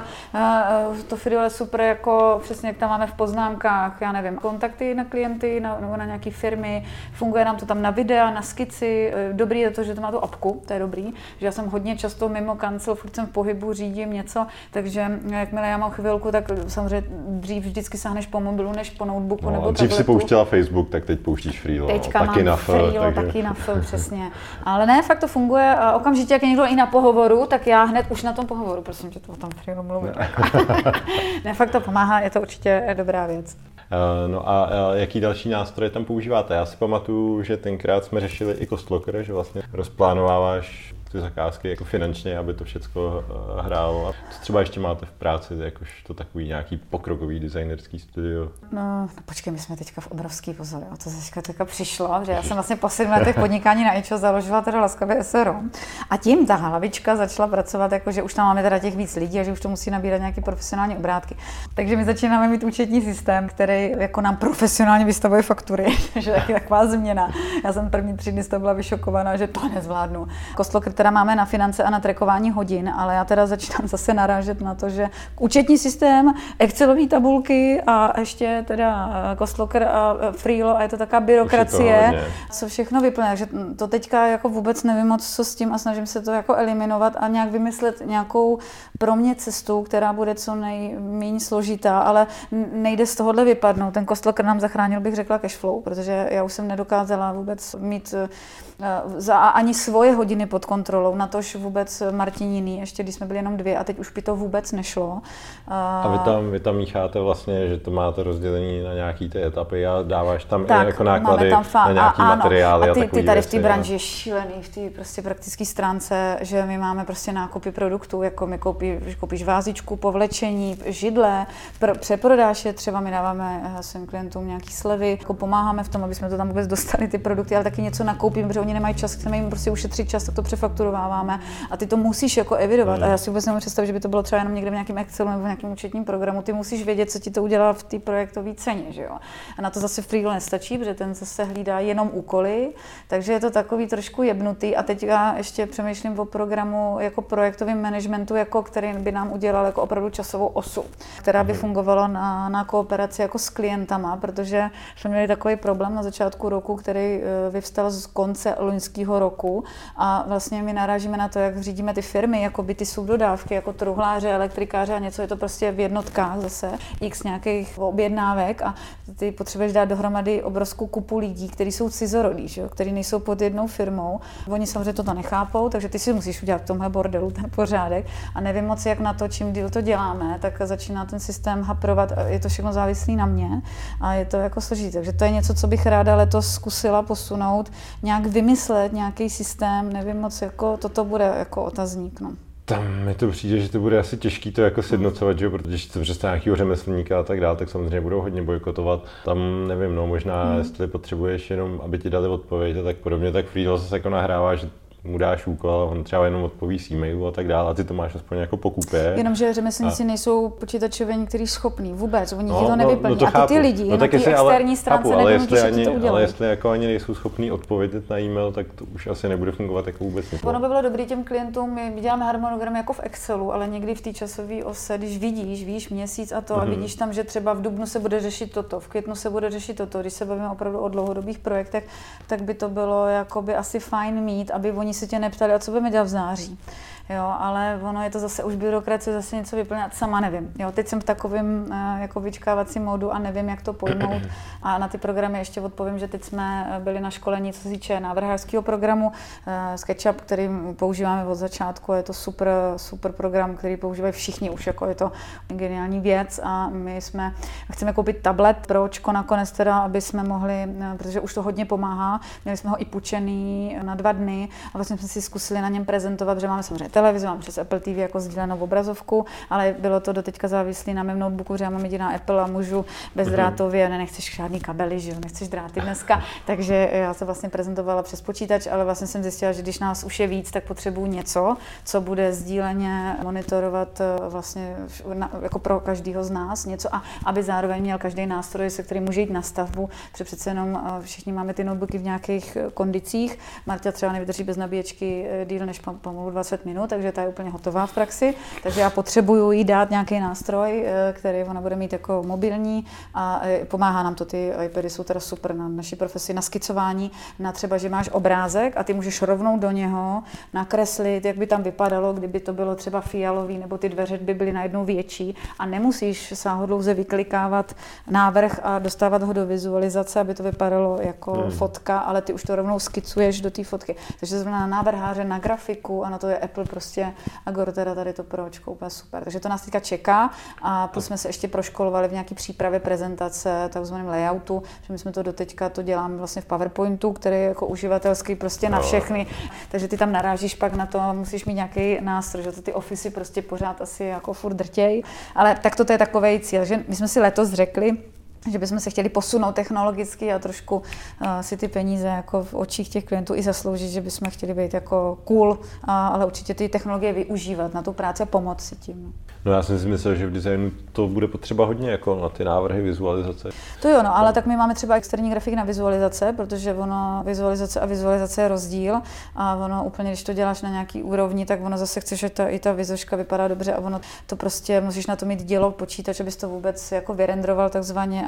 to Freelo je super, jako přesně jak tam máme v poznámkách, já nevím, kontakty na klienty, nebo na nějaké firmy, funguje nám to tam na videa, na skici, dobrý je to, že to má tu apku, to je dobrý, že já jsem hodně často mimo kancel, furt jsem v pohybu, řídím něco, takže jakmile já mám chvilku, tak samozřejmě dřív vždycky sáhneš po mobilu, než po notebooku nebo dřív tabletu. si pouštěla Facebook, tak teď pouštíš Freelo. Teďka taky mám na Freelo, taky na přesně. Ale ne, fakt to funguje a okamžitě, jak je někdo i na pohovoru, tak já hned už na tom pohovoru, prosím tě, to o tom Freelo mluvím. Ne, fakt to pomáhá, je to určitě dobrá věc. No a jaký další nástroje tam používáte? Já si pamatuju, že tenkrát jsme řešili i Cost Locker, že vlastně rozplánováváš ty zakázky jako finančně, aby to všecko hrálo. A co třeba ještě máte v práci, jakož to takový nějaký pokrokový designerský studio? No počkej, my jsme teďka v obrovský pozor, to teďka přišlo, že já jsem vlastně po 7 letech podnikání na iČo založila teda laskavě SRO. A tím ta hlavička začala pracovat, jako že už tam máme teda těch víc lidí a že už to musí nabírat nějaké profesionální obrátky. Takže my začínáme mít účetní systém, který jako nám profesionálně vystavuje faktury, že je taková změna. Já jsem první 3 dny z toho byla vyšokovaná, že to nezvládnu. Cost Locker teda máme na finance a na trackování hodin, ale já teda začínám zase narážet na to, že účetní systém, Excelové tabulky a ještě teda Cost Locker a Freelo a je to taková byrokracie, co všechno vyplňuje. Takže to teďka jako vůbec nevím moc, co s tím a snažím se to jako eliminovat a nějak vymyslet nějakou pro mě cestu, která bude co nejméně složitá, ale nejde z tohohle vypadnout. Ten Cost Locker nám zachránil, bych řekla, cashflow, protože já už jsem nedokázala vůbec mít ani svoje hodiny pod kontrolou, natož vůbec Martininy, ještě když jsme byli jenom 2 a teď už by to vůbec nešlo. A vy tam mícháte vlastně, že to máte rozdělení na nějaký ty etapy a dáváš tam tak, i jako náklady na nějaký materiály a ty tady v té branži ne? je šílený, v té prostě praktické stránce, že my máme prostě nákupy produktů, jako my koupíš vázičku, povlečení, židle, přeprodáš je, třeba my dáváme svým klientům nějaký slevy, jako pomáháme v tom, aby jsme to tam vůbec dostali ty produkty, ale taky něco nakoupím, protože oni nemají čas, chceme jim prostě ušetřit čas, tak to přefakturováváme a ty to musíš jako evidovat. A já si vůbec nemůžu představit, že by to bylo třeba jenom někde v nějakém Excelu nebo v nějakém účetním programu. Ty musíš vědět, co ti to udělá v té projektové ceně, že jo. A na to zase Freelo nestačí, protože ten zase hlídá jenom úkoly, takže je to takový trošku jebnutý. A teď já ještě přemýšlím o programu jako projektovém managementu, jako který by nám udělal jako opravdu časovou osu, která by fungovala na kooperaci jako s klientama, protože jsme měli takový problém na začátku roku, který vyvstal z konce loňského roku a vlastně my narážíme na to, jak řídíme ty firmy, jako by ty subdodávky, jako truhláře, elektrikáře a něco, je to prostě v jednotkách zase, x nějakých objednávek a ty potřebuješ dát dohromady obrovskou kupu lidí, kteří jsou cizorodí, že jo, kteří nejsou pod jednou firmou. Oni samozřejmě to nechápou, takže ty si musíš udělat v tomhle bordelu ten pořádek a nevím moc, jak na to, čím díl to děláme, tak začíná ten systém haprovat, je to všechno závislý na mě a je to jako složité. Takže to je něco, co bych ráda letos zkusila posunout, nějak vymyslet nějaký systém, nevím moc, jako toto bude jako otazník, no. Tam mi to přijde, že to bude asi těžký to jako sjednocovat, že? Protože když to přes nějakého řemeslníka a tak dále, tak samozřejmě budou hodně bojkotovat. Tam nevím, no možná jestli potřebuješ jenom, aby ti dali odpověď a tak podobně, tak Freelo zase jako nahrává, že mu dáš úkol a on třeba jenom odpoví s e-mailu a tak dále a ty to máš aspoň jako pokupě. Jenomže řemeslníci nejsou počítačové některý schopní vůbec, oni ti to nevyplní. To a ty lidi na té externí stránce nevím, že ti to udělají. Ale jestli jako ani nejsou schopní odpovědět na e-mail, tak to už asi nebude fungovat jako vůbec nic. Ono by bylo dobrý těm klientům, my děláme harmonogram jako v Excelu, ale někdy v té časové ose, když víš měsíc a to a vidíš tam, že třeba v dubnu se bude řešit toto, v květnu se bude řešit toto, když se bavíme opravdu o dlouhodobých projektech, tak by to bylo jakoby asi fajn mít, aby oni se tě neptali, a co budeme dělat v září. Jo, ale ono je to zase už byrokracie, zase něco vyplňat, sama nevím. Jo, teď jsem v takovém jako vyčkávacím módu a nevím, jak to pojmout. A na ty programy ještě odpovím, že teď jsme byli na školení, co se týče návrhářského programu SketchUp, který používáme od začátku. Je to super program, který používají všichni už, jako je to geniální věc a my chceme koupit tablet pro očko nakonec teda, aby jsme mohli, protože už to hodně pomáhá. Měli jsme ho i půjčený na 2 dny a vlastně jsme si zkusili na něm prezentovat, že máme samozřejmě televizi, mám přes Apple TV jako sdílenou obrazovku, ale bylo to doteďka závislé na mém notebooku, že já mám jediná Apple a můžu bezdrátově, nechceš žádný kabely, že jo, nechceš dráty dneska, takže já se vlastně prezentovala přes počítač, ale vlastně jsem zjistila, že když nás už je víc, tak potřebuju něco, co bude sdíleně monitorovat vlastně jako pro každého z nás něco a aby zároveň měl každý nástroj, se kterým může jít na stavbu, protože přece jenom všichni máme ty notebooky v nějakých kondicích. Marta třeba nevydrží bez nabíječky díl než pomalu 20 minut, takže ta je úplně hotová v praxi, takže já potřebuju jí dát nějaký nástroj, který ona bude mít jako mobilní a pomáhá nám to, ty iPady jsou teda super na naší profesi, na skicování, na třeba, že máš obrázek a ty můžeš rovnou do něho nakreslit, jak by tam vypadalo, kdyby to bylo třeba fialový, nebo ty dveře by byly najednou větší a nemusíš sáhodlouze vyklikávat návrh a dostávat ho do vizualizace, aby to vypadalo jako fotka, ale ty už to rovnou skicuješ do té fotky. Takže znamená na návrháře, na grafiku a na to je Apple prostě Agor teda tady to pro očko úplně super. Takže to nás teďka čeká a plus jsme se ještě proškolovali v nějaký přípravě prezentace, takzvaném layoutu, že my jsme to doteďka to děláme vlastně v PowerPointu, který je jako uživatelský prostě na všechny. Takže ty tam narážíš pak na to, musíš mít nějaký nástroj, že to ty ofisy prostě pořád asi jako furt drtěj. Ale tak to je takovej cíl, že my jsme si letos řekli, že bychom se chtěli posunout technologicky a trošku si ty peníze jako v očích těch klientů i zasloužit, že bychom chtěli být jako cool, ale určitě ty technologie využívat na tu práci a pomoci tím. No já jsem si myslel, že v designu to bude potřeba hodně jako na ty návrhy, vizualizace. To jo, no, ale tak my máme třeba externí grafik na vizualizace, protože ono vizualizace a vizualizace je rozdíl a ono úplně, když to děláš na nějaký úrovni, tak ono zase chceš, že i ta vizoška vypadá dobře a ono to prostě musíš na to mít dílo počítač, abys to vůbec jako vyrendroval takzvaně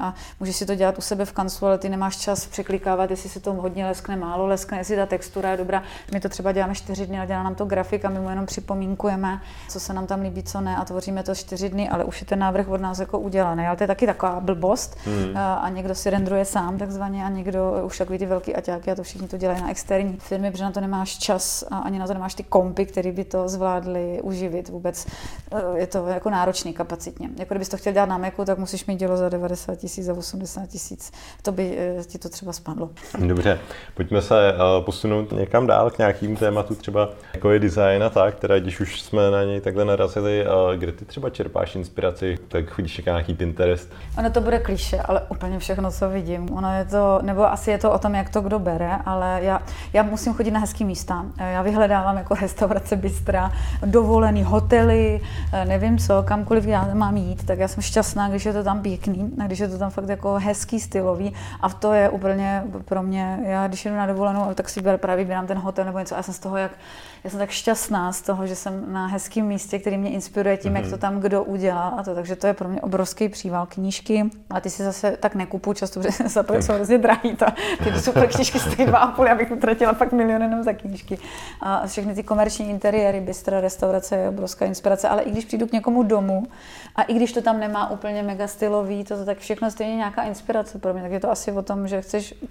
a můžeš si to dělat u sebe v kanclu, ale ty nemáš čas překlikávat, jestli se to hodně leskne, málo leskne, jestli ta textura je dobrá. My to třeba děláme 4 dny a dělá nám to grafik a my mu jenom připomínkujeme, co se nám tam líbí, co ne a tvoříme to 4 dny, ale už je ten návrh od nás jako udělaný. Ale to je taky taková blbost a někdo si rendruje sám takzvaně a někdo už takový ty velký aťáky a to všichni to dělají na externí firmy, protože na to nemáš čas a ani na to nemáš ty kompy, které by to zvládly uživit vůbec. Je to jako náročný kapacitně. Jako kdybys to chtěl dělat na Macu, tak musíš mít dílo za 90 000, za 80 000. To by ti to třeba spadlo. Dobře, pojďme se posunout někam dál k nějakým tématu, třeba jako je design a tak, teda když už jsme na něj takhle narazili, kde ty třeba čerpáš inspiraci, tak chodíš na nějaký Pinterest? Ono to bude klišé, ale úplně všechno, co vidím. Ono je to, nebo asi je to o tom, jak to kdo bere, ale já musím chodit na hezký místa. Já vyhledávám jako restaurace, bystra, dovolený hotely, nevím co, kamkoliv já mám jít, tak já jsem šťastná, když je to tam pěkný, a když je to tam fakt jako hezký, stylový a to je úplně pro mě, já když jdu na dovolenou, tak si právě vybírám ten hotel nebo něco a já jsem z toho já jsem tak šťastná z toho, že jsem na hezkém místě, který mě inspiruje tím, jak to tam kdo udělal a to, takže to je pro mě obrovský příval. Knížky, ale ty si zase tak nekupuju často, protože jsou hrozně drahý, ty super knížky stojí 2,5, abych utratila fakt milion jenom za knížky. A všechny ty komerční interiéry, bystra, restaurace je obrovská inspirace, ale i když přijdu k někomu domů a i když to tam nemá úplně mega stylový, to tak všechno stejně nějaká inspirace pro mě, tak je to asi o tom, že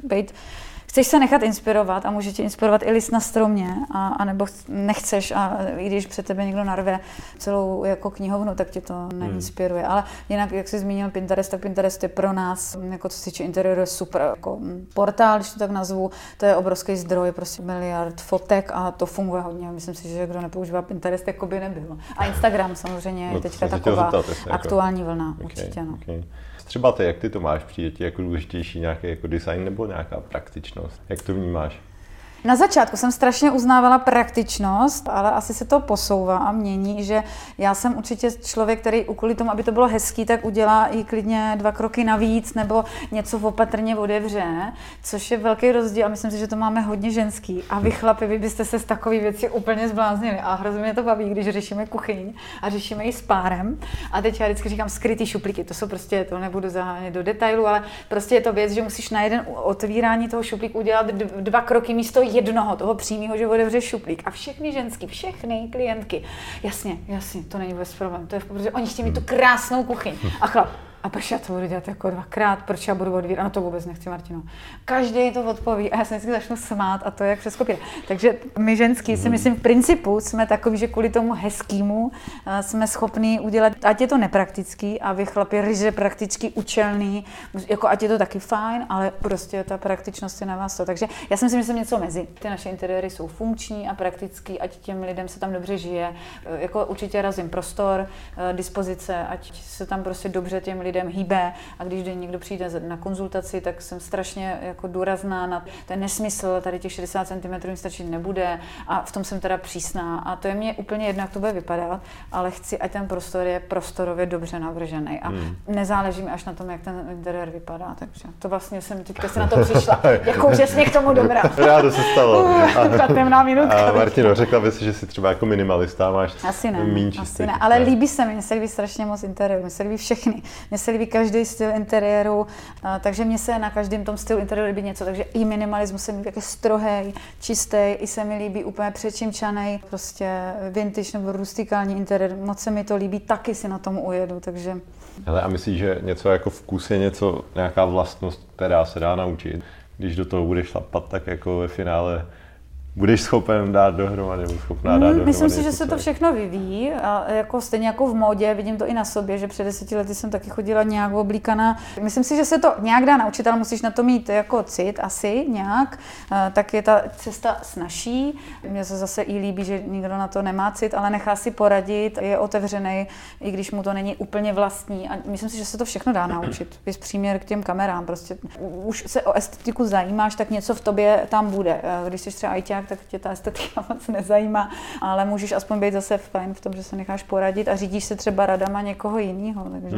chceš se nechat inspirovat a může tě inspirovat i list na stromě, a nebo nechceš a i když před tebe někdo narve celou jako knihovnu, tak tě to neinspiruje. Ale jinak, jak jsi zmínil Pinterest, tak Pinterest je pro nás, jako co se týče interiéru, je super jako portál, když to tak nazvu, to je obrovský zdroj, prostě miliard fotek a to funguje hodně. Myslím si, že kdo nepoužívá Pinterest, jako by nebylo. A Instagram samozřejmě je teďka taková aktuální vlna, určitě. No. Okay. Třeba ty, jak ty to máš, přijde ti jako důležitější nějaký jako design nebo nějaká praktičnost? Jak to vnímáš? Na začátku jsem strašně uznávala praktičnost, ale asi se to posouvá a mění, že já jsem určitě člověk, který kvůli tomu, aby to bylo hezký, tak udělá i klidně 2 kroky navíc nebo něco opatrně otevře, což je velký rozdíl a myslím si, že to máme hodně ženský. A vy chlapi, vy byste se z takové věci úplně zbláznili a hrozně mě to baví, když řešíme kuchyň a řešíme ji s párem. A teď já vždycky říkám skrytý šuplíky, to jsou prostě, to nebudu zahánět do detailu, ale prostě je to věc, že musíš na jeden otvírání toho šuplíku udělat 2 kroky místo jednoho, toho přímého, že otevře šuplík. A všechny ženský, všechny klientky, jasně, to není vůbec problém, to je, protože oni chtějí mít tu krásnou kuchyň. A chlap, a proč já to budu dělat jako 2krát, proč já budu odvírat? No to vůbec nechci, Martino. Každý to odpoví a já se vždycky začnu smát a to je jak přes kopírák. Takže my ženský si myslím v principu jsme takový, že kvůli tomu hezkýmu jsme schopní udělat, ať je to nepraktický a vy chlapi ryze prakticky účelný, jako ať je to taky fajn, ale prostě ta praktičnost je na vás to. Takže já si myslím, že jsem něco mezi. Ty naše interiéry jsou funkční a praktický, ať těm lidem se tam dobře žije. Jako určitě razím prostor, dispozice, ať se tam prostě dobře těm lidem hýbe a když někdo přijde na konzultaci, tak jsem strašně jako důrazná na ten nesmysl, tady těch 60 cm mi stačit nebude a v tom jsem teda přísná a to je mě úplně jedno, jak to bude vypadat, ale chci, ať ten prostor je prostorově dobře navržený a nezáleží mi až na tom, jak ten interiér vypadá, takže to vlastně jsem teďka se na to přišla, jako že jsi mě k tomu dobrá. Rádo se stalo. Ta temná minutka. Martino, řekla bys, že jsi třeba jako minimalista, máš méně čisté. Ale líbí se mi, mně se líbí strašně moc interiéru, mně se líbí všechny. Mně se líbí každý styl interiéru, takže mně se na každém tom stylu interiéru líbí něco, takže i minimalismus se mi líbí, jak je strohej, čistý, i se mi líbí úplně přečimčanej, prostě vintage nebo rustikální interiér, moc se mi to líbí, taky si na tom ujedu, takže... Hele, a myslíš, že něco jako vkus je nějaká vlastnost, která se dá naučit? Když do toho budeš šlapat, tak jako ve finále budeš schopen dát dohromady, nebo schopná dát dohromady. Myslím si, že se to všechno vyvíjí a jako stejně jako v módě, vidím to i na sobě, že před 10 lety jsem taky chodila nějak oblíkaná. Myslím si, že se to nějak dá naučit, ale musíš na to mít jako cit asi nějak, tak je ta cesta snazší. Mně se zase i líbí, že nikdo na to nemá cit, ale nechá si poradit, je otevřený, i když mu to není úplně vlastní. A myslím si, že se to všechno dá naučit. Vys příměr k těm kamerám, prostě už se o estetiku zajímáš, tak něco v tobě tam bude. Když jsi třeba ajťák, tak tě ta estetika moc nezajímá, ale můžeš aspoň být zase fajn v tom, že se necháš poradit a řídíš se třeba radama někoho jiného. Takže...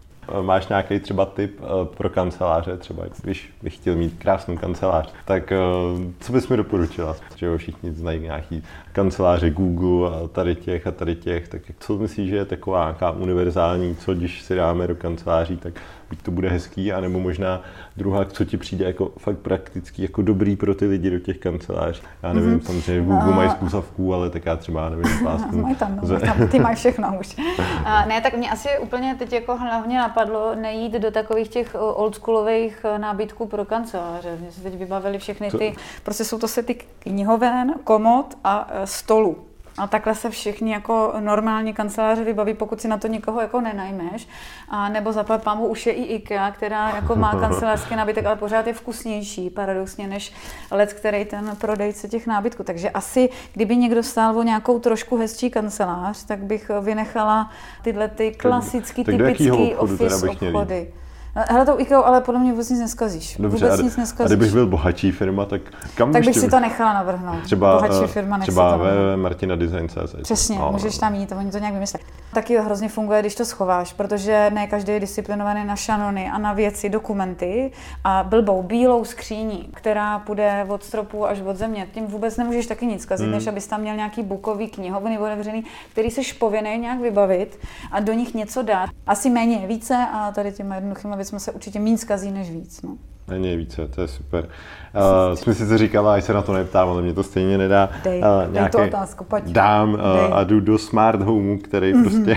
Máš nějaký třeba tip pro kanceláře, třeba když bych chtěl mít krásnou kancelář, tak co bys mi doporučila? Že všichni znají nějaký kanceláře Google a tady těch, tak co myslíš, že je taková nějaká univerzální, co když si dáme do kanceláří, tak buď to bude hezký, anebo možná druhá, co ti přijde jako fakt praktický, jako dobrý pro ty lidi do těch kanceláří. Já nevím, samozřejmě v Google mají spůsavků, ale tak já třeba nevím, plásknu. Mají tam, ty máš všechno už. Ne, tak mě asi úplně teď jako hlavně napadlo nejít do takových těch oldschoolových nábytků pro kanceláře. Mě se teď vybavily všechny ty, prostě jsou to sety knihoven, komod a stolu. A takhle se všichni jako normální kanceláře vybaví, pokud si na to někoho jako nenajmeš. A nebo zaplať pámu už je i IKEA, která jako má kancelářský nábytek, ale pořád je vkusnější, paradoxně, než let, který ten prodejce těch nábytků. Takže asi, kdyby někdo stál o nějakou trošku hezčí kancelář, tak bych vynechala tyhle ty klasický, typický office obchody. Hele, tou IKEA, ale podle mě vůbec nic neskazíš. Dobře, vůbec nic neskazíš. A kdybych byl bohatší firma, tak kam tak bych si to nechala navrhnout. Bohatší firma třeba Martinadesign.cz. Přesně, můžeš tam jít, oni to nějak vymyslí. Taky hrozně funguje, když to schováš, protože ne každý je disciplinovaný na šanony a na věci, dokumenty a blbou bílou skříní, která půjde od stropu až od země. Tím vůbec nemůžeš taky nic kazit, než abys tam měl nějaký bukový knihovny otevřený, který seš povinný nějak vybavit a do nich něco dát. Asi méně je více a tady těma jednoduchýma věcmi se určitě méně zkazí než víc. No. Méně je více, to je super. Jsem si říkala, až se na to neptám, ale mě to stejně nedá. Dej tu otázku, pojď. Dám a jdu do smart homeu, který prostě...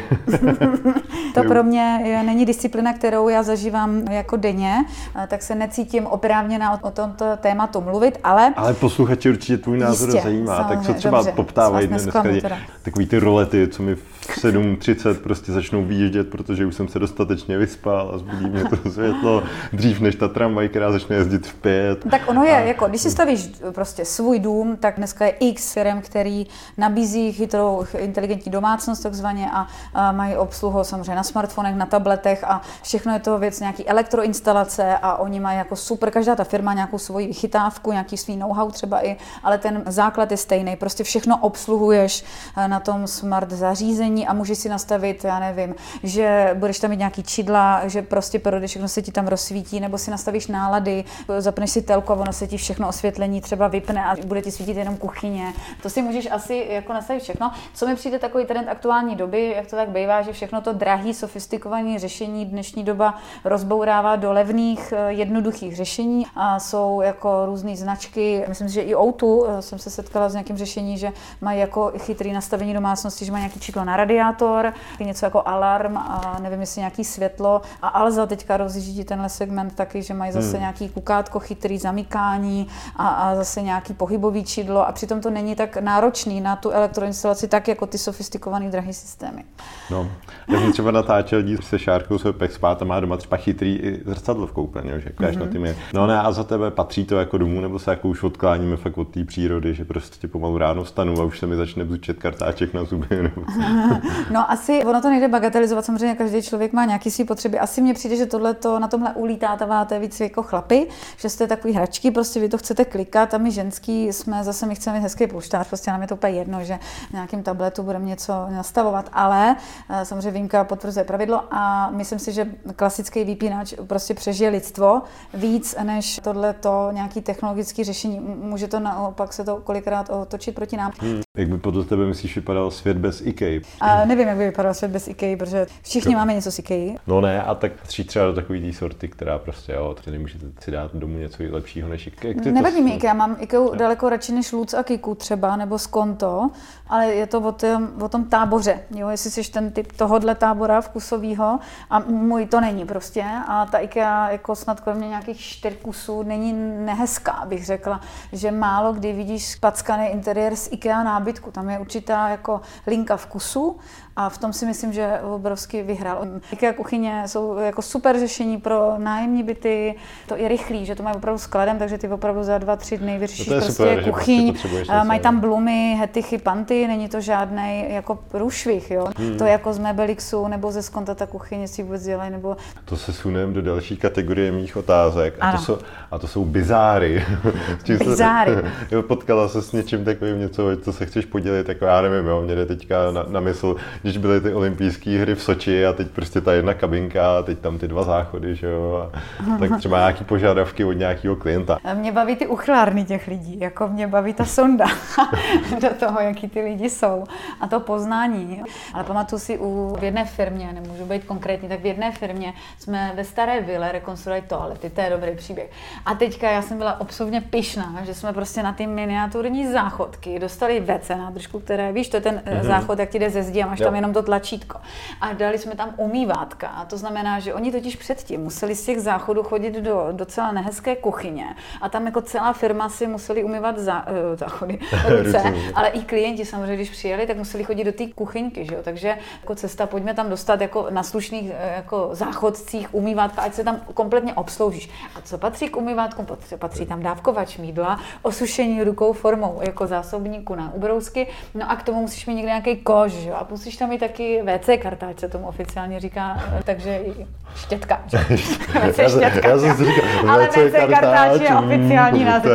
To pro mě není disciplína, kterou já zažívám jako denně, tak se necítím oprávněná o tomto tématu mluvit, ale... Ale posluchači určitě tvůj názor zajímá, tak co třeba poptávají dneska takový ty rolety, co mi v 7:30 prostě začnou výjíždět, protože už jsem se dostatečně vyspal a zbudí mě to světlo dřív než ta tramvaj, která začne jezdit v 5. Tak ono je, jako když si stavíš prostě svůj dům, tak dneska je x firem, který nabízí chytrou inteligentní domácnost takzvaně a mají obsluhu samozřejmě na smartfonech, na tabletech a všechno je to věc nějaký elektroinstalace a oni mají jako super, každá ta firma nějakou svoji vychytávku, nějaký svý know-how třeba i, ale ten základ je stejný, prostě všechno obsluhuješ na tom smart zařízení a můžeš si nastavit, já nevím, že budeš tam mít nějaký čidla, že prostě projdeš, všechno se ti tam rozsvítí, nebo si nastavíš nálady, zapneš si telko, ono se ti všechno osvětlení třeba vypne a bude ti svítit jenom kuchyně. To si můžeš asi jako nastavit všechno. Co mi přijde takový trend aktuální doby, jak to tak bývá, že všechno to drahý, sofistikované řešení dnešní doba rozbourává do levných, jednoduchých řešení a jsou jako různé značky. Myslím si, že i O2 jsem se setkala s nějakým řešením, že mají jako chytrý nastavení domácnosti, že mají nějaký čidlo na radiátor, něco jako alarm a nevím, jestli nějaký světlo a Alza teďka rozjíždí tenhle segment taky, že mají zase nějaký kukátko, chytrý zamykání a zase nějaký pohybový čidlo a přitom to není tak náročný na tu elektroinstalaci, tak jako ty sofistikované drahé systémy. No, já jsem třeba natáčel díl se Šárkou, se pek spát a má doma třeba chytrý i zrcadlo v koupelně, že koukáš na tím je. No ne, a za tebe patří to jako domů, nebo se jako už odkláníme fakt od té přírody, že prostě pomalu ráno vstanu a už se mi začne bzučet kartáček na zuby. Nebo... No asi ono to nejde bagatelizovat, samozřejmě každý člověk má nějaký svý potřeby. Asi mně přijde, že tohleto na tomhle ulítáváte víc jako chlapi, že jste takový hračky, prostě vy to chcete klikat a my ženský my chceme mít hezký polštář, prostě nám je to úplně jedno, že v nějakém tabletu budeme něco nastavovat, ale samozřejmě výjimka potvrzuje pravidlo a myslím si, že klasický vypínač prostě přežije lidstvo víc než tohleto nějaký technologické řešení. Může to naopak se to kolikrát otočit proti nám. Jak by podle tebe myslíš vypadal svět bez IKEA? Nevím, jak by vypadal svět bez IKEA, protože všichni máme něco z IKEA. No ne, a tak patří třeba do takové té sorty, která prostě, to nemůžete si dát domů něco lepšího než IKEA. Nevadí mi IKEA, mám IKEA daleko radši než Lutz a Kiku třeba, nebo Skonto, ale je to o tom táboře, jo, jestli jsi ten typ tohodle tábora vkusovýho a můj to není prostě a ta IKEA jako snad kromě nějakých 4 kusů není nehezká, bych řekla, že málo kdy vidíš spackaný interiér z IKEA nábytku, tam je určitá jako linka vkusu a v tom si myslím, že obrovsky vyhrál. IKEA kuchyně jsou jako super řešení pro nájemní byty, to je rychlý, že to mají opravdu skladem, takže ty opravdu za 2-3 dny vyřešíš prostě super, kuchyň, mají tam blumy, hetichy, panty, není to žádnej jako průšvih, jo. To je jako z Mebelixu nebo ze Skonta ta kuchyně si vůbec dělají, nebo... To se suneme do další kategorie mých otázek a to jsou bizáry. Bizáry. Potkala se s něčím takovým, něco, co se chceš podělit, jako já nevím, jo, mě jde teďka na mysl, když byly ty olympijské hry v Soči a teď prostě ta jedna kabinka a teď tam ty 2 záchody, že jo, tak třeba nějaký nějaký požadavky od nějakého klienta. Mě baví ty uchylárny těch lidí, jako mě baví ta sonda do toho, jaký ty lidi jsou a to poznání. Ale pamatuju si v jedné firmě, nemůžu být konkrétní, tak v jedné firmě jsme ve staré vile rekonstruovali toalety, to je dobrý příběh. A teďka já jsem byla absolutně pyšná, že jsme prostě na ty miniaturní záchodky dostali WC nádržku, které, víš, to je ten záchod, jak ti jde ze zdi a máš tam jenom to tlačítko. A dali jsme tam umývátka. A to znamená, že oni totiž předtím museli z těch záchodů chodit do docela nehezké kuchyně a tam jako celá firma si museli umývat záchody, ruce, ale i klienti samozřejmě, když přijeli, tak museli chodit do té kuchyňky, že jo? Takže jako cesta, pojďme tam dostat jako na slušných jako záchodcích umývátka, ať se tam kompletně obsloužíš. A co patří k umývátku? Patří tam dávkovač mýdla, osušení rukou formou jako zásobníku na ubrousky, no a k tomu musíš mít někde nějaký koš, že jo? A musíš tam mít taky WC kartáč, se tomu oficiálně říká, takže i štětka. WC štětka. Já jsem si říkal, ale WC kartáč je oficiální název.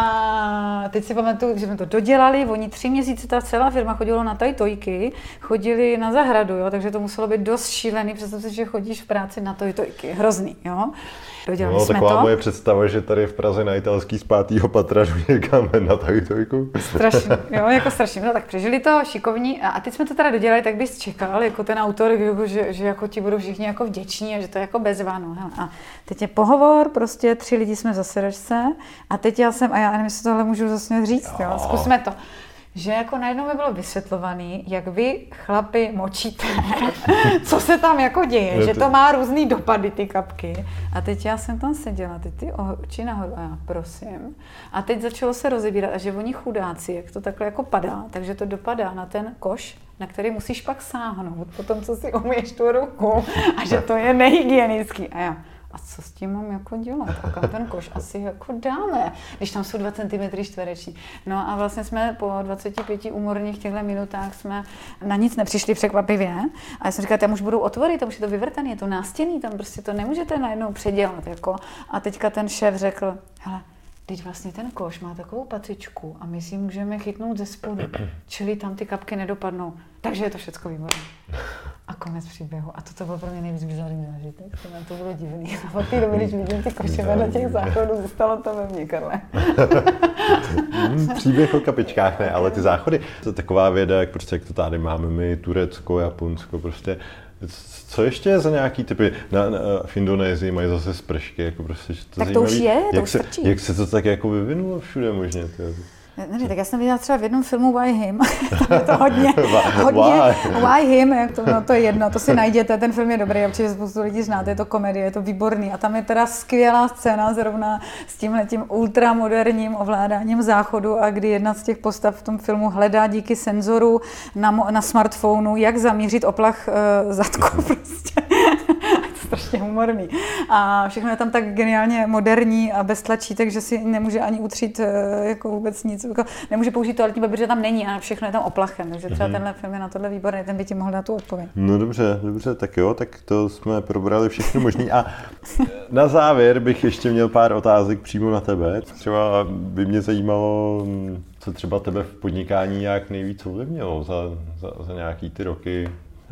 A teď si pamatuju, že jsme to dodělali, oni 3 měsíce, ta celá firma chodila na tajtojky, chodili na zahradu, jo? Takže to muselo být dost šílený, představ si, že chodíš v práci na tajtojky, hrozný, jo. Dodělali jsme taková to. moje představa, že tady v Praze na italský z 5. patra někam na tajtojku. Strašný, jo, jako strašný. No tak přežili to, šikovní. A teď jsme to teda dodělali, tak bys čekal, jako ten autor, že jako ti budou všichni jako vděční a že to je jako bezváno. A teď je pohovor, prostě 3 lidi jsme za sedačce a teď já nevím, jestli tohle můžu zase říct, jo, zkusme to. Že jako najednou mi bylo vysvětlovaný, jak vy chlapi močíte, co se tam jako děje, že to má různý dopady, ty kapky. A teď já jsem tam seděla, teď ty oči nahoru a já prosím. A teď začalo se rozebírat, a že oni chudáci, jak to takhle jako padá, takže to dopadá na ten koš, na který musíš pak sáhnout, potom co si umyješ tu ruku a že to je nehygienický. A já, a co s tím mám jako dělat? A kam ten koš asi jako dáme, když tam jsou 2 cm čtvereční. No a vlastně jsme po 25 úmorných těchto minutách jsme na nic nepřišli překvapivě. A já jsem říkala, tam už budou otvory, tam už je to vyvrtaný, je to nástěnný, tam prostě to nemůžete najednou předělat. Jako. A teďka ten šéf řekl, hele, teď vlastně ten koš má takovou patičku a my si můžeme chytnout ze spodu, čili tam ty kapky nedopadnou. Takže je to všecko výborné. A konec příběhu. A toto byl pro mě nejvíc bizarní zážitek. To bylo divný. A od té doby, když vidím ty koše na těch záchodů, zůstalo to ve mně, Karle. Příběh o kapičkách ne, ale ty záchody, to je taková věda, jak to tady máme my, Turecko, Japonsko, prostě. Co ještě je za nějaký typy? V Indonésii mají zase spršky, jako prostě, to tak zajímavý. To už je, to už strčí. Jak se to tak jako vyvinulo všude možně? Ne, tak já jsem viděla třeba v jednom filmu Why Him, tam je to hodně Why Him, jak to je jedno, to si najděte, ten film je dobrý, určitě spoustu lidí znáte, je to komedie, je to výborný a tam je teda skvělá scéna zrovna s tímhletím ultramoderním ovládáním záchodu a kdy jedna z těch postav v tom filmu hledá díky senzoru na smartphonu, jak zamířit oplach zadku prostě. Strašně humorný. A všechno je tam tak geniálně moderní a bez tlačítek, že si nemůže ani utřít jako vůbec nic. Jako nemůže použít toaletní papír, že tam není a všechno je tam oplachem. Takže třeba tenhle film je na tohle výborný, ten by ti mohl dát tu odpověď. No dobře, tak jo, tak to jsme probrali všechno možný. A na závěr bych ještě měl pár otázek přímo na tebe. Třeba by mě zajímalo, co třeba tebe v podnikání nějak nejvíc ovlivnilo za nějaký ty roky.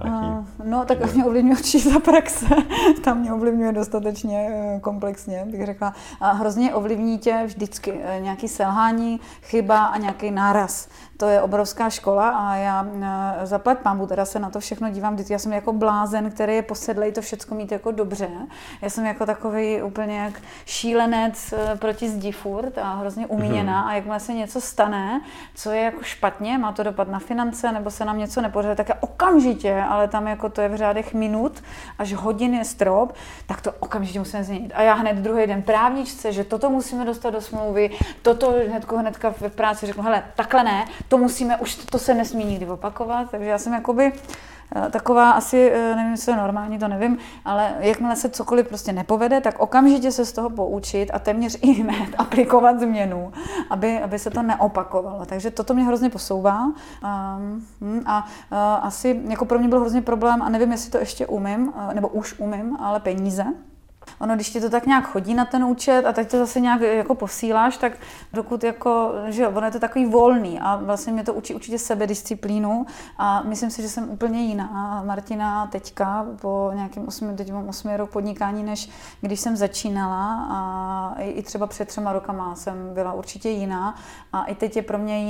No, tak mě ovlivňuje určitě ta praxe. Tam mě ovlivňuje dostatečně komplexně, bych řekla. A hrozně ovlivní tě vždycky nějaký selhání, chyba a nějaký náraz. To je obrovská škola a já zaplať pánbůh, teda se na to všechno dívám vždycky. Já jsem jako blázen, který je posedlej to všecko mít jako dobře. Já jsem jako takový úplně jak šílenec proti zdi furt a hrozně umíněná a jakmile se něco stane, co je jako špatně, má to dopad na finance nebo se nám něco nepodaří, tak je okamžitě, ale tam jako to je v řádech minut až hodin je strop, tak to okamžitě musíme změnit. A já hned druhý den právničce, že toto musíme dostat do smlouvy, toto hnedka v práci řeknu, hele, takhle ne, to musíme, už to se nesmí nikdy opakovat, takže já jsem jakoby taková asi, nevím, co je normální, to nevím, ale jakmile se cokoliv prostě nepovede, tak okamžitě se z toho poučit a téměř i hned aplikovat změnu, aby se to neopakovalo. Takže toto mě hrozně posouvá a asi jako pro mě byl hrozně problém a nevím, jestli to ještě umím, nebo už umím, ale peníze. Ono, když ti to tak nějak chodí na ten účet a teď to zase nějak jako posíláš, tak dokud jako, že jo, ono je to takový volný a vlastně mě to učí určitě sebedisciplínu a myslím si, že jsem úplně jiná, Martina, teďka po nějakém 8 rok podnikání, než když jsem začínala a i třeba před 3 rokama jsem byla určitě jiná a i teď je pro mě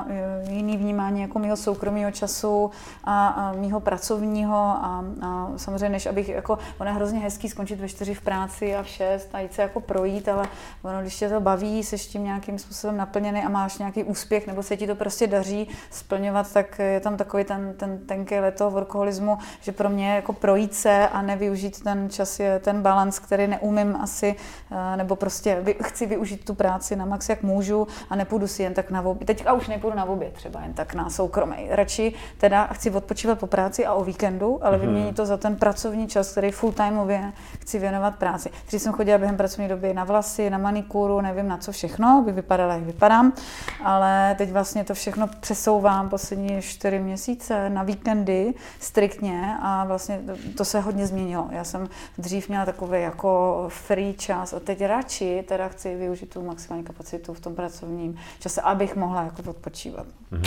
jiný vnímání jako mýho soukromého času a mýho pracovního a samozřejmě, než abych jako, ono je hrozně hezký skončit ve 4 v práci a v 6 a jít se jako projít, ale ono, když tě to baví, jsi tím nějakým způsobem naplněný a máš nějaký úspěch nebo se ti to prostě daří splňovat, tak je tam takový ten tenký led toho workoholismu, že pro mě jako projít se a nevyužít ten čas je ten balans, který neumím asi, nebo prostě chci využít tu práci na max, jak můžu a nepůjdu si jen tak na oběd. Teďka už nepůjdu na oběd třeba jen tak na soukromý. Radši teda chci odpočívat po práci a o víkendu, ale vyměnit to za ten pracovní čas, který full-timeově chci věnovat práci. Když jsem chodila během pracovní doby na vlasy, na manikúru, nevím na co všechno, bych vypadala, jak vypadám, ale teď vlastně to všechno přesouvám poslední 4 měsíce na víkendy striktně a vlastně to se hodně změnilo. Já jsem dřív měla takový jako free čas a teď radši teda chci využít tu maximální kapacitu v tom pracovním čase, abych mohla jako odpočívat.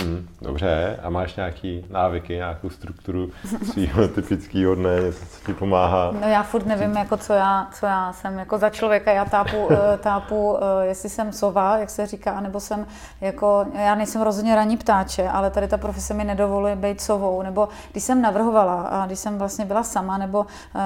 Dobře, a máš nějaký návyky, nějakou strukturu svýho typického dne, něco, co ti pomáhá? No já furt nevím, jako co já jsem jako za člověka, já tápu, jestli jsem sova, jak se říká, nebo jsem jako, já nejsem rozhodně ranní ptáče, ale tady ta profese mi nedovoluje být sovou, nebo když jsem navrhovala a když jsem vlastně byla sama, nebo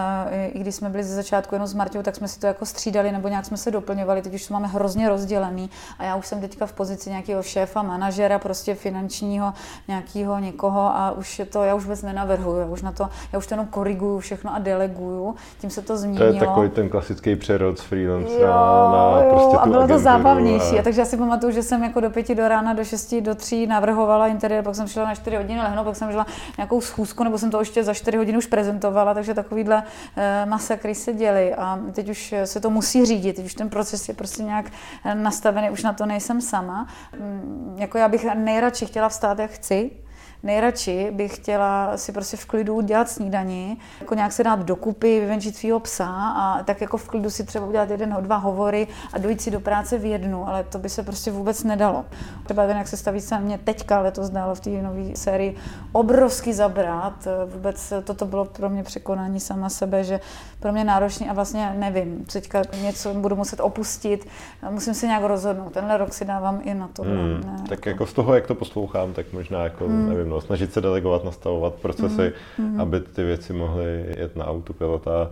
i když jsme byli ze začátku jenom s Marťou, tak jsme si to jako střídali, nebo nějak jsme se doplňovali, teď už to máme hrozně rozdělený a já už jsem teďka v pozici nějakého šéfa, manažera, prostě finančního, nějakého někoho a už je to, já už vůbec nenavrhuju, já už to jenom koriguju všechno a deleguju, tím se to změnilo. To je takový ten klasický přerod z freelance na prostě tu a bylo agenturu, to zábavnější. A takže já si pamatuju, že jsem jako do 5 do rána, do 6 do 3 navrhovala interiér, pak jsem šla na 4 hodiny lehnout, pak jsem šla nějakou schůzku, nebo jsem to ještě za 4 hodiny už prezentovala, takže takovýhle masakry se děly a teď už se to musí řídit, teď už ten proces je prostě nějak nastavený, už na to nejsem sama. Jako já bych nejradši chtěla vstát, jak chci. Nejradši bych chtěla si prostě v klidu dělat snídani, jako nějak se dát dokupy, vyvenčit svýho psa a tak jako v klidu si třeba udělat 1-2 hovory a dojít si do práce v 1, ale to by se prostě vůbec nedalo. Třeba ten, jak se staví se mě teďka letos dálo v té nové sérii obrovský zabrat, vůbec toto bylo pro mě překonání sama sebe, že pro mě náročný a vlastně nevím, teďka něco budu muset opustit, musím se nějak rozhodnout, tenhle rok si dávám i na to. Tak jako z toho, jak to poslouchám, tak možná jako nevím, snažit se delegovat, nastavovat procesy, aby ty věci mohly jet na autopilota.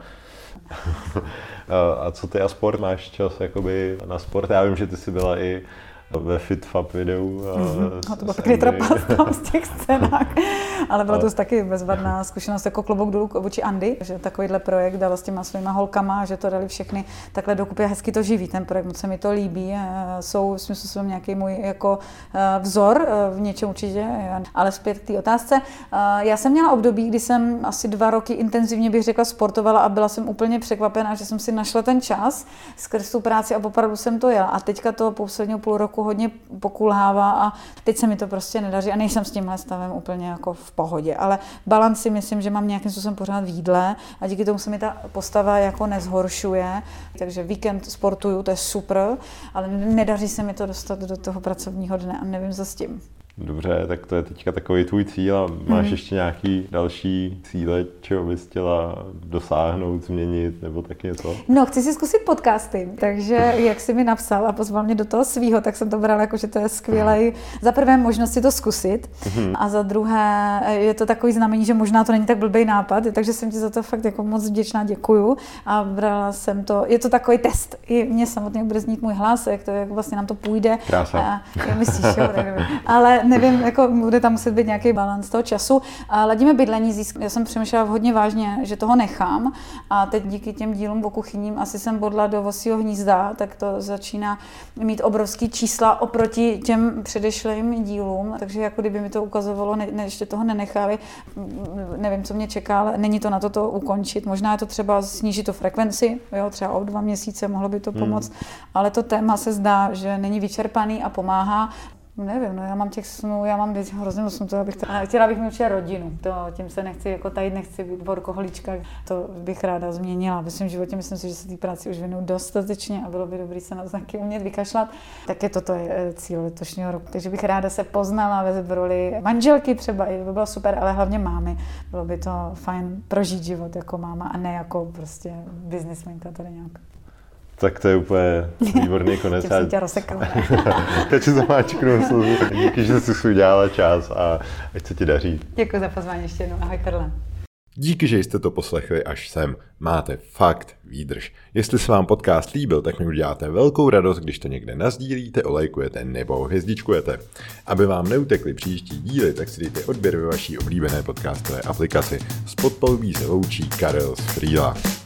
A co ty a sport? Máš čas jakoby na sport? Já vím, že ty jsi byla i ve FitFab videu. To bylo takový trapás tam z těch scénách, ale byla to taky bezvadná zkušenost, jako klobouk dolů vůči Andy, že takovýhle projekt dala s těma svýma holkama, že to dali všechny takhle dokupy a hezky to živí ten projekt, moc se mi to líbí, jsou smyslu nějaký můj jako vzor v něčem určitě, ale zpět k té otázce. Já jsem měla období, kdy jsem asi 2 roky intenzivně bych řekla sportovala a byla jsem úplně překvapená, že jsem si našla ten čas skrz tu práci a opravdu jsem to jela a teďka to posledního půl roku hodně pokulhává a teď se mi to prostě nedaří a nejsem s tímhle stavem úplně jako v pohodě, ale balans si myslím, že mám nějakým způsobem pořád v jídle a díky tomu se mi ta postava jako nezhoršuje, takže víkend sportuju, to je super, ale nedaří se mi to dostat do toho pracovního dne a nevím, co s tím. Dobře, tak to je teďka takový tvůj cíl a máš ještě nějaký další cíle, čeho bys chtěla dosáhnout, změnit nebo tak něco? No, chci si zkusit podcasty, takže jak jsi mi napsal a pozval mě do toho svýho, tak jsem to brala jako, že to je skvělej. Za prvé možnost si to zkusit a za druhé je to takový znamení, že možná to není tak blbej nápad, takže jsem ti za to fakt jako moc vděčná, děkuju a brala jsem to, je to takový test. I mě samotně bude znít můj hlas, jak to jako vlastně nám to půjde. Krása. Myslíš, jo, ale nevím, jako bude tam muset být nějaký balans toho času. Ladíme bydlení, já jsem přemýšlela hodně vážně, že toho nechám a teď díky těm dílům o kuchyním asi jsem bodla do vosího hnízda, tak to začíná mít obrovský čísla oproti těm předešlým dílům, takže jako kdyby mi to ukazovalo, ještě toho nenechali, nevím, co mě čeká, ale není to na to ukončit, možná je to třeba snížit tu frekvenci, jo, třeba o 2 měsíce mohlo by to pomoct, ale to téma se zdá, že není vyčerpaný a pomáhá. Nevím, no já mám těch snů, já mám hrozně moc snů, chtěla bych mít určitě rodinu, tím se nechci, jako tady nechci být workoholička, to bych ráda změnila. Ve svém životě myslím si, že se té práci už věnuju dostatečně a bylo by dobré se na znaky umět vykašlat. Taky toto je cíl letošního roku, takže bych ráda se poznala v roli manželky třeba, i by bylo super, ale hlavně mámy. Bylo by to fajn prožít život jako máma a ne jako prostě businessmenka tady nějak. Tak to je úplně výborný konec. Tím jsem tě rozsekala. Já ti zamáčknu slzu. Díky, že jsi si udělala čas a ať se ti daří. Děkuji za pozvání ještě jednou. Ahoj, Karle. Díky, že jste to poslechli až sem. Máte fakt výdrž. Jestli se vám podcast líbil, tak mi uděláte velkou radost, když to někde nazdílíte, olejkujete nebo hvězdičkujete. Aby vám neutekly příští díly, tak si dejte odběr ve vaší oblíbené podcastové aplikaci. Z podpalubí se loučí Karel z Frýla.